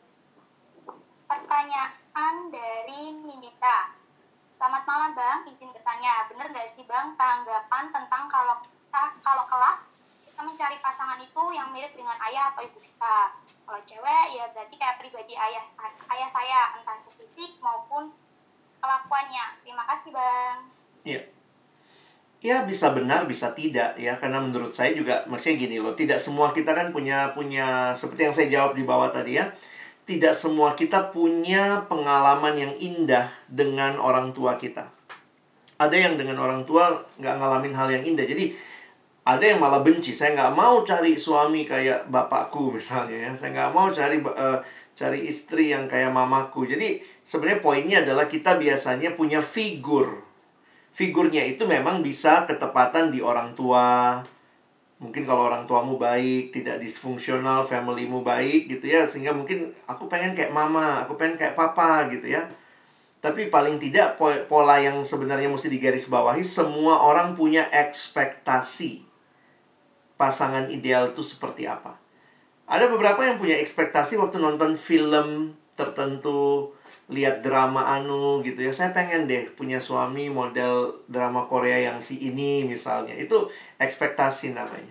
Pertanyaan dari Nindita. Selamat malam Bang, izin bertanya, bener nggak sih Bang tanggapan tentang kalau kita kalau kelak kita mencari pasangan itu yang mirip dengan ayah atau ibu kita? Kalau cewek ya berarti kayak pribadi ayah ayah saya, entah itu fisik maupun kelakuannya. Terima kasih Bang. Iya. Ya bisa benar, bisa tidak ya. Karena menurut saya juga, maksudnya gini loh, tidak semua kita kan punya, punya seperti yang saya jawab di bawah tadi ya. Tidak semua kita punya pengalaman yang indah dengan orang tua kita. Ada yang dengan orang tua nggak ngalamin hal yang indah. Jadi ada yang malah benci. Saya nggak mau cari suami kayak bapakku misalnya ya. Saya nggak mau cari uh, cari istri yang kayak mamaku. Jadi sebenarnya poinnya adalah kita biasanya punya figur. Figurnya itu memang bisa ketepatan di orang tua. Mungkin kalau orang tuamu baik, tidak disfungsional, familymu baik gitu ya. Sehingga mungkin aku pengen kayak mama, aku pengen kayak papa gitu ya. Tapi paling tidak pola yang sebenarnya mesti digarisbawahi, semua orang punya ekspektasi pasangan ideal itu seperti apa. Ada beberapa yang punya ekspektasi waktu nonton film tertentu, lihat drama anu gitu ya. Saya pengen deh punya suami model drama Korea yang si ini misalnya. Itu ekspektasi namanya.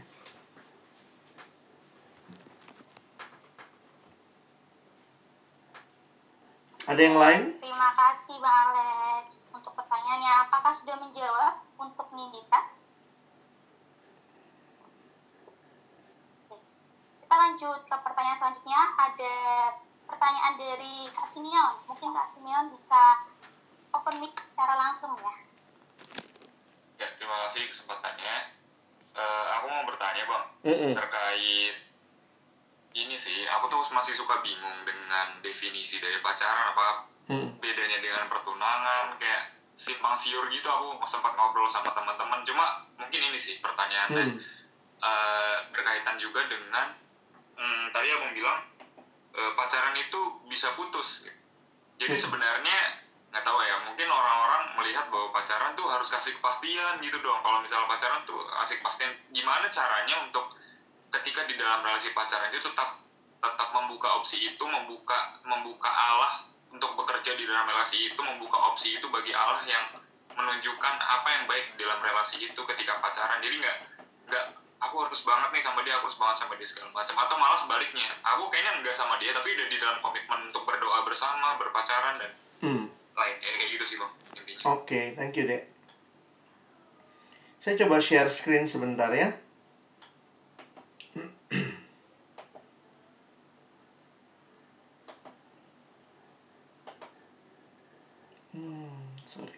Ada yang lain? Terima kasih Bang Alex untuk pertanyaannya. Apakah sudah menjawab untuk Nindita? Kita lanjut ke pertanyaan selanjutnya. Ada pertanyaan dari Kak Simeon. Mungkin Kak Simeon bisa open mic secara langsung ya. Ya, terima kasih kesempatannya. Uh, aku mau bertanya Bang, Mm-mm. terkait ini sih, aku tuh masih suka bingung dengan definisi dari pacaran, apa Mm. bedanya dengan pertunangan, kayak simpang siur gitu. Aku sempat ngobrol sama teman-teman, cuma mungkin ini sih pertanyaannya Mm. uh, berkaitan juga dengan hmm, tadi abang bilang uh, pacaran itu bisa putus. Jadi Mm. sebenarnya nggak tahu ya, mungkin orang-orang melihat bahwa pacaran tuh harus kasih kepastian gitu dong. Kalau misalnya pacaran tuh kasih kepastian, gimana caranya untuk ketika di dalam relasi pacaran itu tetap tetap membuka opsi itu, membuka membuka Allah untuk bekerja di dalam relasi itu, membuka opsi itu bagi Allah yang menunjukkan apa yang baik di dalam relasi itu ketika pacaran. Jadi nggak nggak aku harus banget nih sama dia, aku harus banget sama dia segala macam, atau malah sebaliknya, aku kayaknya nggak sama dia tapi udah di dalam komitmen untuk berdoa bersama, berpacaran dan Hmm. lain kayak gitu sih Bang intinya. Oke, okay, thank you Dek. Saya coba share screen sebentar ya. Hmm, sorry.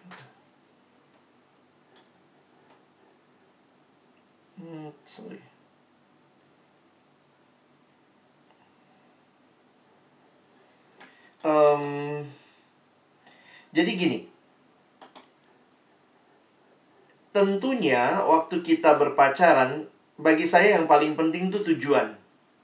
Hmm, sorry. Um, jadi gini. Tentunya waktu kita berpacaran, bagi saya yang paling penting itu tujuan.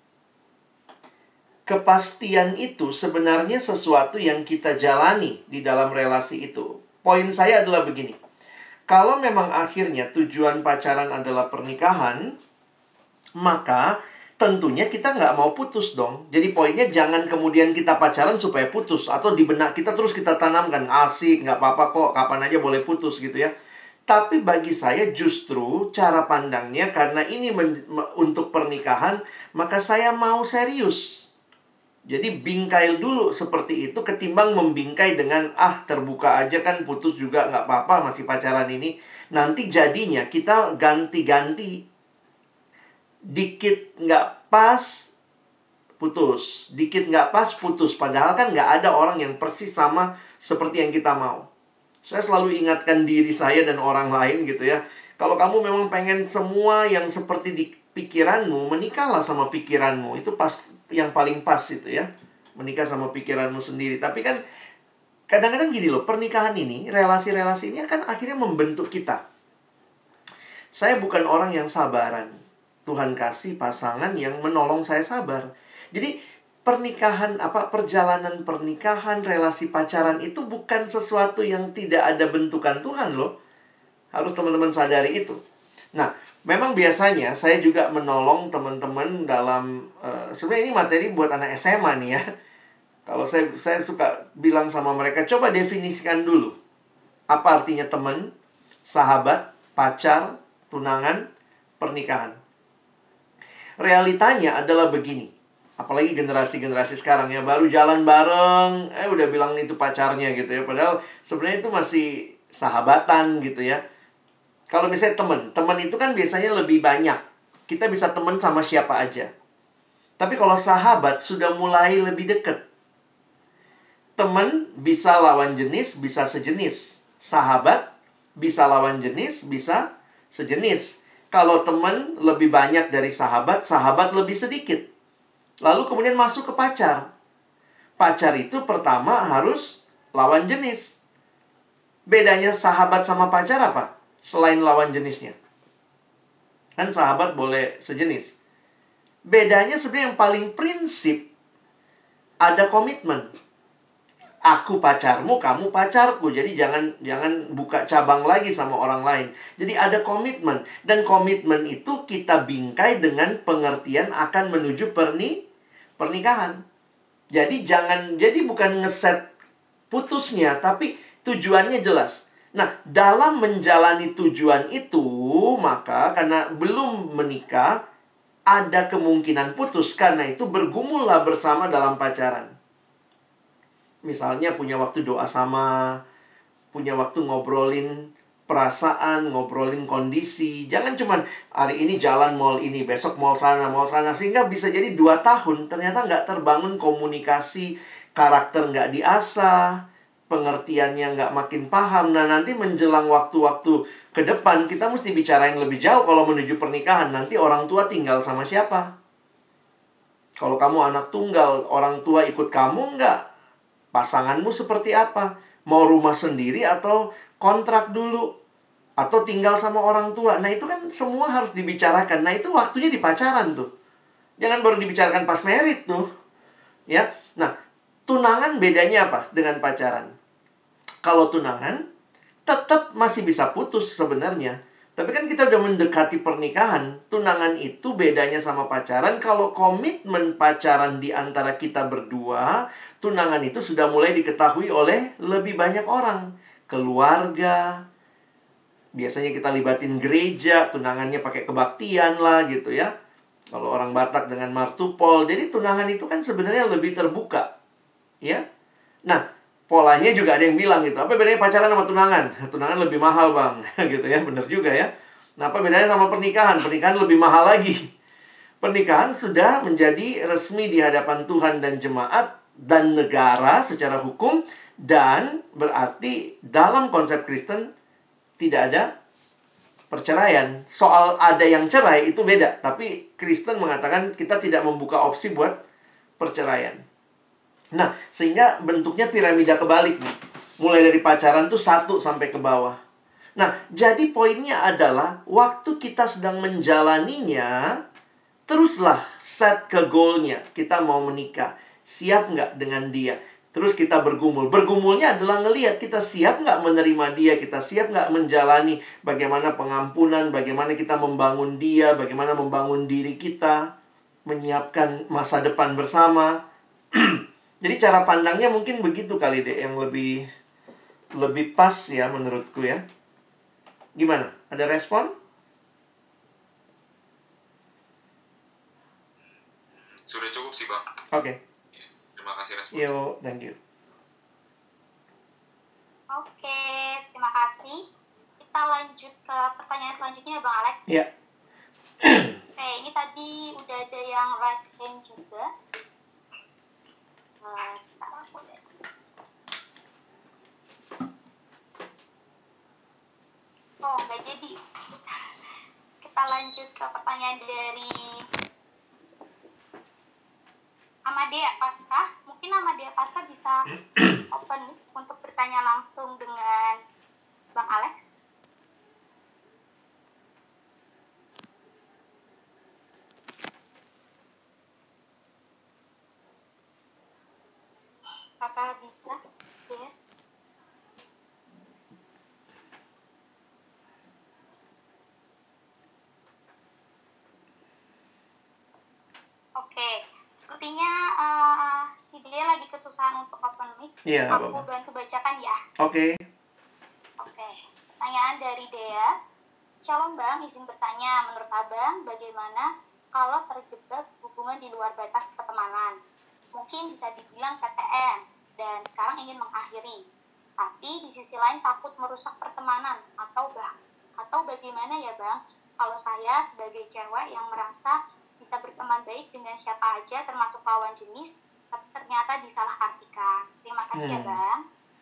Kepastian itu sebenarnya sesuatu yang kita jalani di dalam relasi itu. Poin saya adalah begini. Kalau memang akhirnya tujuan pacaran adalah pernikahan, maka tentunya kita nggak mau putus dong. Jadi poinnya jangan kemudian kita pacaran supaya putus. Atau di benak kita terus kita tanamkan, asik, nggak apa-apa kok, kapan aja boleh putus gitu ya. Tapi bagi saya justru cara pandangnya karena ini men- untuk pernikahan, maka saya mau serius. Jadi bingkai dulu seperti itu ketimbang membingkai dengan ah terbuka aja kan putus juga nggak apa-apa masih pacaran ini. Nanti jadinya kita ganti-ganti. Dikit nggak pas putus, dikit nggak pas putus. Padahal kan nggak ada orang yang persis sama seperti yang kita mau. Saya selalu ingatkan diri saya dan orang lain gitu ya. Kalau kamu memang pengen semua yang seperti di pikiranmu, menikahlah sama pikiranmu. Itu pas yang paling pas itu ya. Menikah sama pikiranmu sendiri. Tapi kan kadang-kadang gini loh, pernikahan ini, relasi-relasi ini kan akhirnya membentuk kita. Saya bukan orang yang sabaran. Tuhan kasih pasangan yang menolong saya sabar. Jadi pernikahan, apa perjalanan pernikahan, relasi pacaran itu bukan sesuatu yang tidak ada bentukan Tuhan loh. Harus teman-teman sadari itu. Nah, memang biasanya saya juga menolong teman-teman dalam uh, sebenarnya ini materi buat anak S M A nih ya. Kalau saya saya suka bilang sama mereka, coba definisikan dulu apa artinya teman, sahabat, pacar, tunangan, pernikahan. Realitanya adalah begini. Apalagi generasi-generasi sekarang ya, baru jalan bareng, eh udah bilang itu pacarnya gitu ya. Padahal sebenarnya itu masih sahabatan gitu ya. Kalau misalnya teman, teman itu kan biasanya lebih banyak. Kita bisa teman sama siapa aja. Tapi kalau sahabat sudah mulai lebih dekat. Teman bisa lawan jenis, bisa sejenis. Sahabat bisa lawan jenis, bisa sejenis. Kalau teman lebih banyak dari sahabat, sahabat lebih sedikit. Lalu kemudian masuk ke pacar. Pacar itu pertama harus lawan jenis. Bedanya sahabat sama pacar apa? Selain lawan jenisnya. Kan sahabat boleh sejenis. Bedanya sebenarnya yang paling prinsip, ada komitmen. Aku pacarmu, kamu pacarku. Jadi jangan jangan buka cabang lagi sama orang lain. Jadi ada komitmen. Dan komitmen itu kita bingkai dengan pengertian akan menuju perni, pernikahan. Jadi jangan, jadi bukan ngeset putusnya, tapi tujuannya jelas. Nah, dalam menjalani tujuan itu, maka karena belum menikah, ada kemungkinan putus. Karena itu bergumullah bersama dalam pacaran. Misalnya punya waktu doa sama, punya waktu ngobrolin perasaan, ngobrolin kondisi. Jangan cuman hari ini jalan mall ini, besok mall sana, mall sana. Sehingga bisa jadi dua tahun ternyata nggak terbangun komunikasi, karakter nggak diasah, pengertiannya nggak makin paham. Nah, nanti menjelang waktu-waktu ke depan, kita mesti bicara yang lebih jauh kalau menuju pernikahan. Nanti orang tua tinggal sama siapa? Kalau kamu anak tunggal, orang tua ikut kamu nggak? Pasanganmu seperti apa? Mau rumah sendiri atau kontrak dulu? Atau tinggal sama orang tua? Nah, itu kan semua harus dibicarakan. Nah, itu waktunya di pacaran tuh. Jangan baru dibicarakan pas merit tuh. Ya. Nah, tunangan bedanya apa dengan pacaran? Kalau tunangan, tetap masih bisa putus sebenarnya. Tapi kan kita udah mendekati pernikahan. Tunangan itu bedanya sama pacaran. Kalau komitmen pacaran di antara kita berdua, tunangan itu sudah mulai diketahui oleh lebih banyak orang. Keluarga. Biasanya kita libatin gereja. Tunangannya pakai kebaktian lah gitu ya. Kalau orang Batak dengan martupol. Jadi tunangan itu kan sebenarnya lebih terbuka. Ya. Nah, polanya juga ada yang bilang gitu. Apa bedanya pacaran sama tunangan? Tunangan lebih mahal, Bang. Gitu ya, benar juga ya. Nah, apa bedanya sama pernikahan? Pernikahan lebih mahal lagi. Pernikahan sudah menjadi resmi di hadapan Tuhan dan jemaat dan negara secara hukum. Dan berarti dalam konsep Kristen tidak ada perceraian. Soal ada yang cerai itu beda. Tapi Kristen mengatakan kita tidak membuka opsi buat perceraian. Nah, sehingga bentuknya piramida kebalik nih. Mulai dari pacaran tuh satu sampai ke bawah. Nah, jadi poinnya adalah waktu kita sedang menjalaninya, teruslah set ke goalnya. Kita mau menikah. Siap nggak dengan dia? Terus kita bergumul. Bergumulnya adalah ngelihat kita siap nggak menerima dia. Kita siap nggak menjalani bagaimana pengampunan, bagaimana kita membangun dia, bagaimana membangun diri kita, menyiapkan masa depan bersama. Jadi cara pandangnya mungkin begitu kali deh, yang lebih lebih pas ya menurutku ya. Gimana? Ada respon? Sudah cukup sih, Bang. Oke. Okay. Terima kasih respon. Yo, thank you. Oke, terima kasih. Kita lanjut ke pertanyaan selanjutnya, Bang Alex. Iya. Oke, ini tadi udah ada yang raise hand juga. Uh, sekarang aku lihat. Oh, nggak jadi. Kita lanjut ke pertanyaan dari Amadea Pasca. Mungkin Amadea Pasca bisa open untuk bertanya langsung dengan Bang Alex. Kakak bisa ya? Oke, sepertinya uh, si Dea lagi kesusahan untuk open mic. Iya, Aku apa-apa. bantu bacakan ya. Oke. Oke, pertanyaan dari Dea. Shalom Bang, izin bertanya, menurut Abang bagaimana kalau terjebak hubungan di luar batas pertemanan? Mungkin bisa dibilang P T M dan sekarang ingin mengakhiri. Tapi di sisi lain takut merusak pertemanan atau bah atau bagaimana ya Bang? Kalau saya sebagai cewek yang merasa bisa berteman baik dengan siapa aja termasuk lawan jenis, tapi ternyata disalahartikan. Terima kasih Hmm. ya Bang.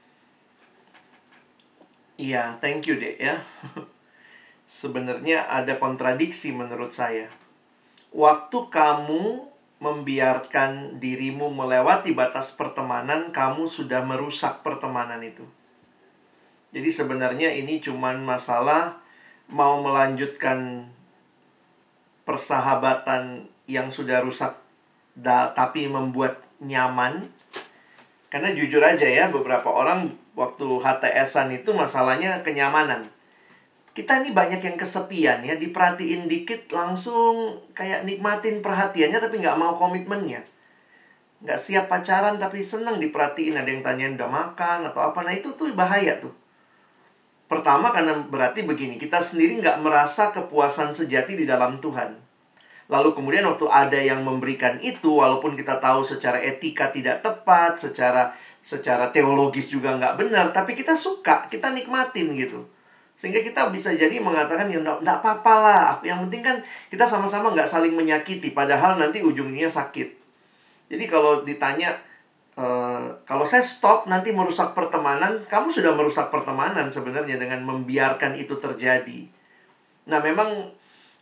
Iya, thank you deh ya. Sebenarnya ada kontradiksi menurut saya. Waktu kamu membiarkan dirimu melewati batas pertemanan, kamu sudah merusak pertemanan itu. Jadi sebenarnya ini cuman masalah mau melanjutkan persahabatan yang sudah rusak da, tapi membuat nyaman. Karena jujur aja ya, beberapa orang waktu H T S-an itu masalahnya kenyamanan. Kita ini banyak yang kesepian ya, diperhatiin dikit langsung kayak nikmatin perhatiannya tapi nggak mau komitmennya. Nggak siap pacaran tapi seneng diperhatiin, ada yang tanyain udah makan atau apa. Nah itu tuh bahaya tuh. Pertama karena berarti begini, kita sendiri nggak merasa kepuasan sejati di dalam Tuhan. Lalu kemudian waktu ada yang memberikan itu, walaupun kita tahu secara etika tidak tepat, secara secara teologis juga nggak benar, tapi kita suka, kita nikmatin gitu. Sehingga kita bisa jadi mengatakan, ya enggak apa-apa lah. Yang penting kan kita sama-sama nggak saling menyakiti. Padahal nanti ujungnya sakit. Jadi kalau ditanya, e, kalau saya stop nanti merusak pertemanan, kamu sudah merusak pertemanan sebenarnya dengan membiarkan itu terjadi. Nah memang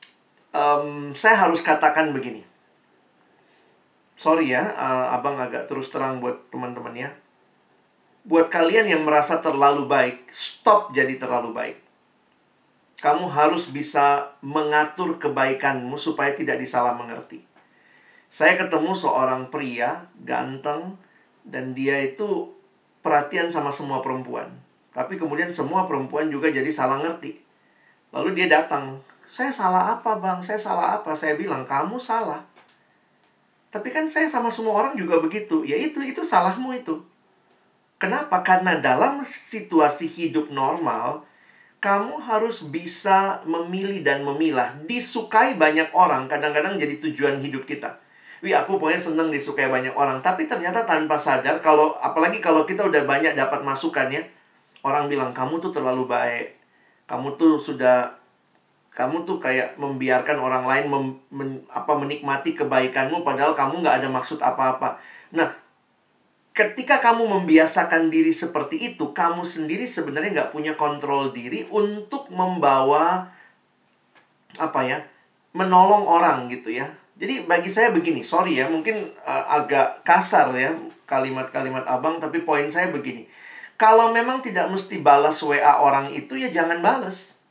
um, saya harus katakan begini. Sorry ya, uh, abang agak terus terang buat teman-teman ya. Buat kalian yang merasa terlalu baik, stop jadi terlalu baik. Kamu harus bisa mengatur kebaikanmu supaya tidak disalah mengerti. Saya ketemu seorang pria, ganteng, dan dia itu perhatian sama semua perempuan. Tapi kemudian semua perempuan juga jadi salah ngerti. Lalu dia datang, saya salah apa bang? Saya salah apa? Saya bilang, kamu salah. Tapi kan saya sama semua orang juga begitu. Ya itu, itu salahmu itu. Kenapa? Karena dalam situasi hidup normal, kamu harus bisa memilih dan memilah. Disukai banyak orang, kadang-kadang jadi tujuan hidup kita. Wih, aku pokoknya seneng disukai banyak orang. Tapi ternyata tanpa sadar, kalau apalagi kalau kita udah banyak dapat masukan ya. Orang bilang, kamu tuh terlalu baik. Kamu tuh sudah, kamu tuh kayak membiarkan orang lain mem, men, apa, menikmati kebaikanmu, padahal kamu nggak ada maksud apa-apa. Nah, ketika kamu membiasakan diri seperti itu, kamu sendiri sebenarnya nggak punya kontrol diri untuk membawa, apa ya, menolong orang gitu ya. Jadi bagi saya begini, sorry ya, mungkin uh, agak kasar ya kalimat-kalimat abang, tapi poin saya begini. Kalau memang tidak mesti balas W A orang itu, ya jangan balas.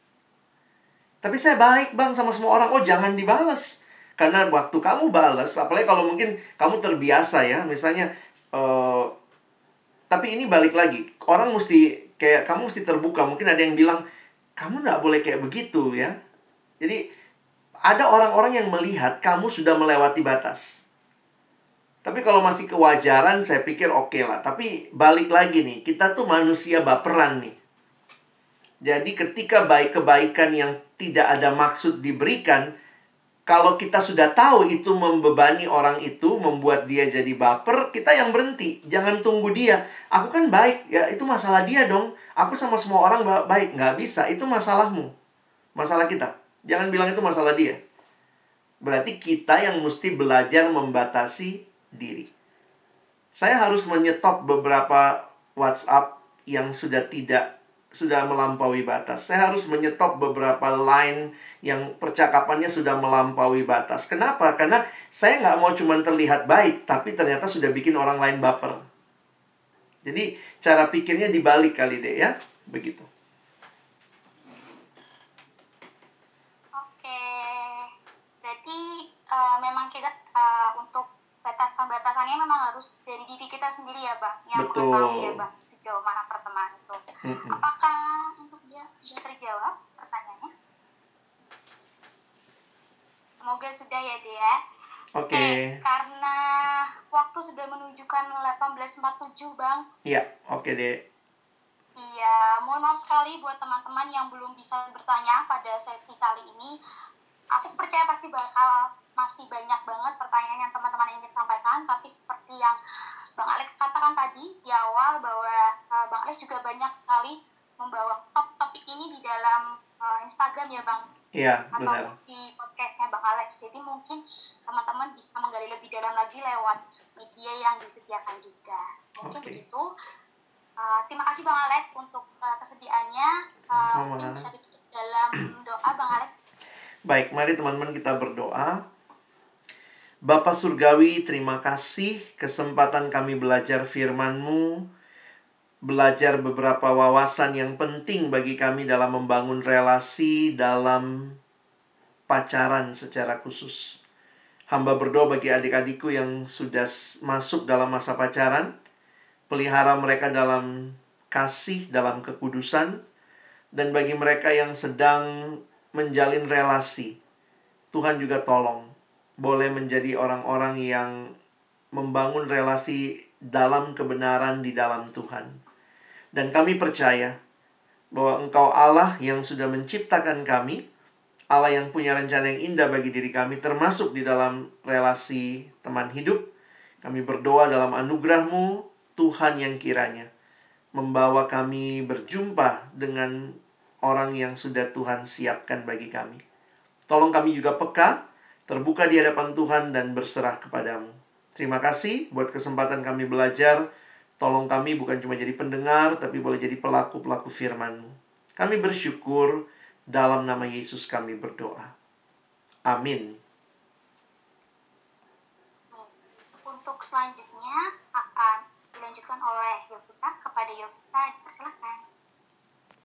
Tapi saya baik bang sama semua orang, oh jangan dibalas. Karena waktu kamu balas, apalagi kalau mungkin kamu terbiasa ya, misalnya, Uh, tapi ini balik lagi, orang mesti kayak kamu mesti terbuka. Mungkin ada yang bilang, kamu nggak boleh kayak begitu ya. Jadi ada orang-orang yang melihat kamu sudah melewati batas. Tapi kalau masih kewajaran, saya pikir oke okay lah. Tapi balik lagi nih, kita tuh manusia baperan nih. Jadi ketika baik kebaikan yang tidak ada maksud diberikan, kalau kita sudah tahu itu membebani orang itu, membuat dia jadi baper, kita yang berhenti. Jangan tunggu dia. Aku kan baik, ya itu masalah dia dong. Aku sama semua orang baik. Nggak bisa, itu masalahmu. Masalah kita. Jangan bilang itu masalah dia. Berarti kita yang mesti belajar membatasi diri. Saya harus menyetop beberapa WhatsApp yang sudah tidak sudah melampaui batas. Saya harus menyetop beberapa line yang percakapannya sudah melampaui batas. Kenapa? Karena saya nggak mau cuma terlihat baik, tapi ternyata sudah bikin orang lain baper. Jadi cara pikirnya dibalik kali deh ya. Begitu. Oke. Berarti uh, memang kita uh, untuk batasan-batasannya memang harus dari diri kita sendiri ya Bang. Yang Betul. Tahu ya Bang, sejauh mana pertemanan itu. Mm-mm. Apakah untuk dia sudah terjawab pertanyaannya? Semoga sudah ya Dea. Oke. Okay. Eh, karena waktu sudah menunjukkan delapan belas empat puluh tujuh Bang. Iya, oke okay, Dek. Iya, mohon maaf sekali buat teman-teman yang belum bisa bertanya pada sesi kali ini. Aku percaya pasti bakal masih banyak banget pertanyaan yang teman-teman ingin sampaikan, tapi seperti yang Bang Alex katakan tadi di awal bahwa uh, Bang Alex juga banyak sekali membawa top-topik ini di dalam uh, Instagram ya Bang. Iya, atau benar. di podcastnya Bang Alex. Jadi mungkin teman-teman bisa menggali lebih dalam lagi lewat media yang disediakan juga. Mungkin Okay. begitu. Uh, terima kasih Bang Alex untuk uh, kesediaannya. Uh, Sama. mungkin bisa ditutup dalam doa Bang Alex. Baik, mari teman-teman kita berdoa. Bapa Surgawi, terima kasih kesempatan kami belajar firman-Mu, belajar beberapa wawasan yang penting bagi kami dalam membangun relasi dalam pacaran secara khusus. Hamba berdoa bagi adik-adikku yang sudah masuk dalam masa pacaran, pelihara mereka dalam kasih, dalam kekudusan, dan bagi mereka yang sedang menjalin relasi, Tuhan juga tolong boleh menjadi orang-orang yang membangun relasi dalam kebenaran di dalam Tuhan. Dan kami percaya bahwa Engkau Allah yang sudah menciptakan kami, Allah yang punya rencana yang indah bagi diri kami, termasuk di dalam relasi teman hidup. Kami berdoa dalam anugerah-Mu, Tuhan yang kiranya membawa kami berjumpa dengan orang yang sudah Tuhan siapkan bagi kami. Tolong kami juga peka, terbuka di hadapan Tuhan dan berserah kepadamu. Terima kasih buat kesempatan kami belajar. Tolong kami bukan cuma jadi pendengar, tapi boleh jadi pelaku-pelaku firman-Mu. Kami bersyukur, dalam nama Yesus kami berdoa. Amin. Untuk selanjutnya akan dilanjutkan oleh Yovita. Kepada Yovita, silakan.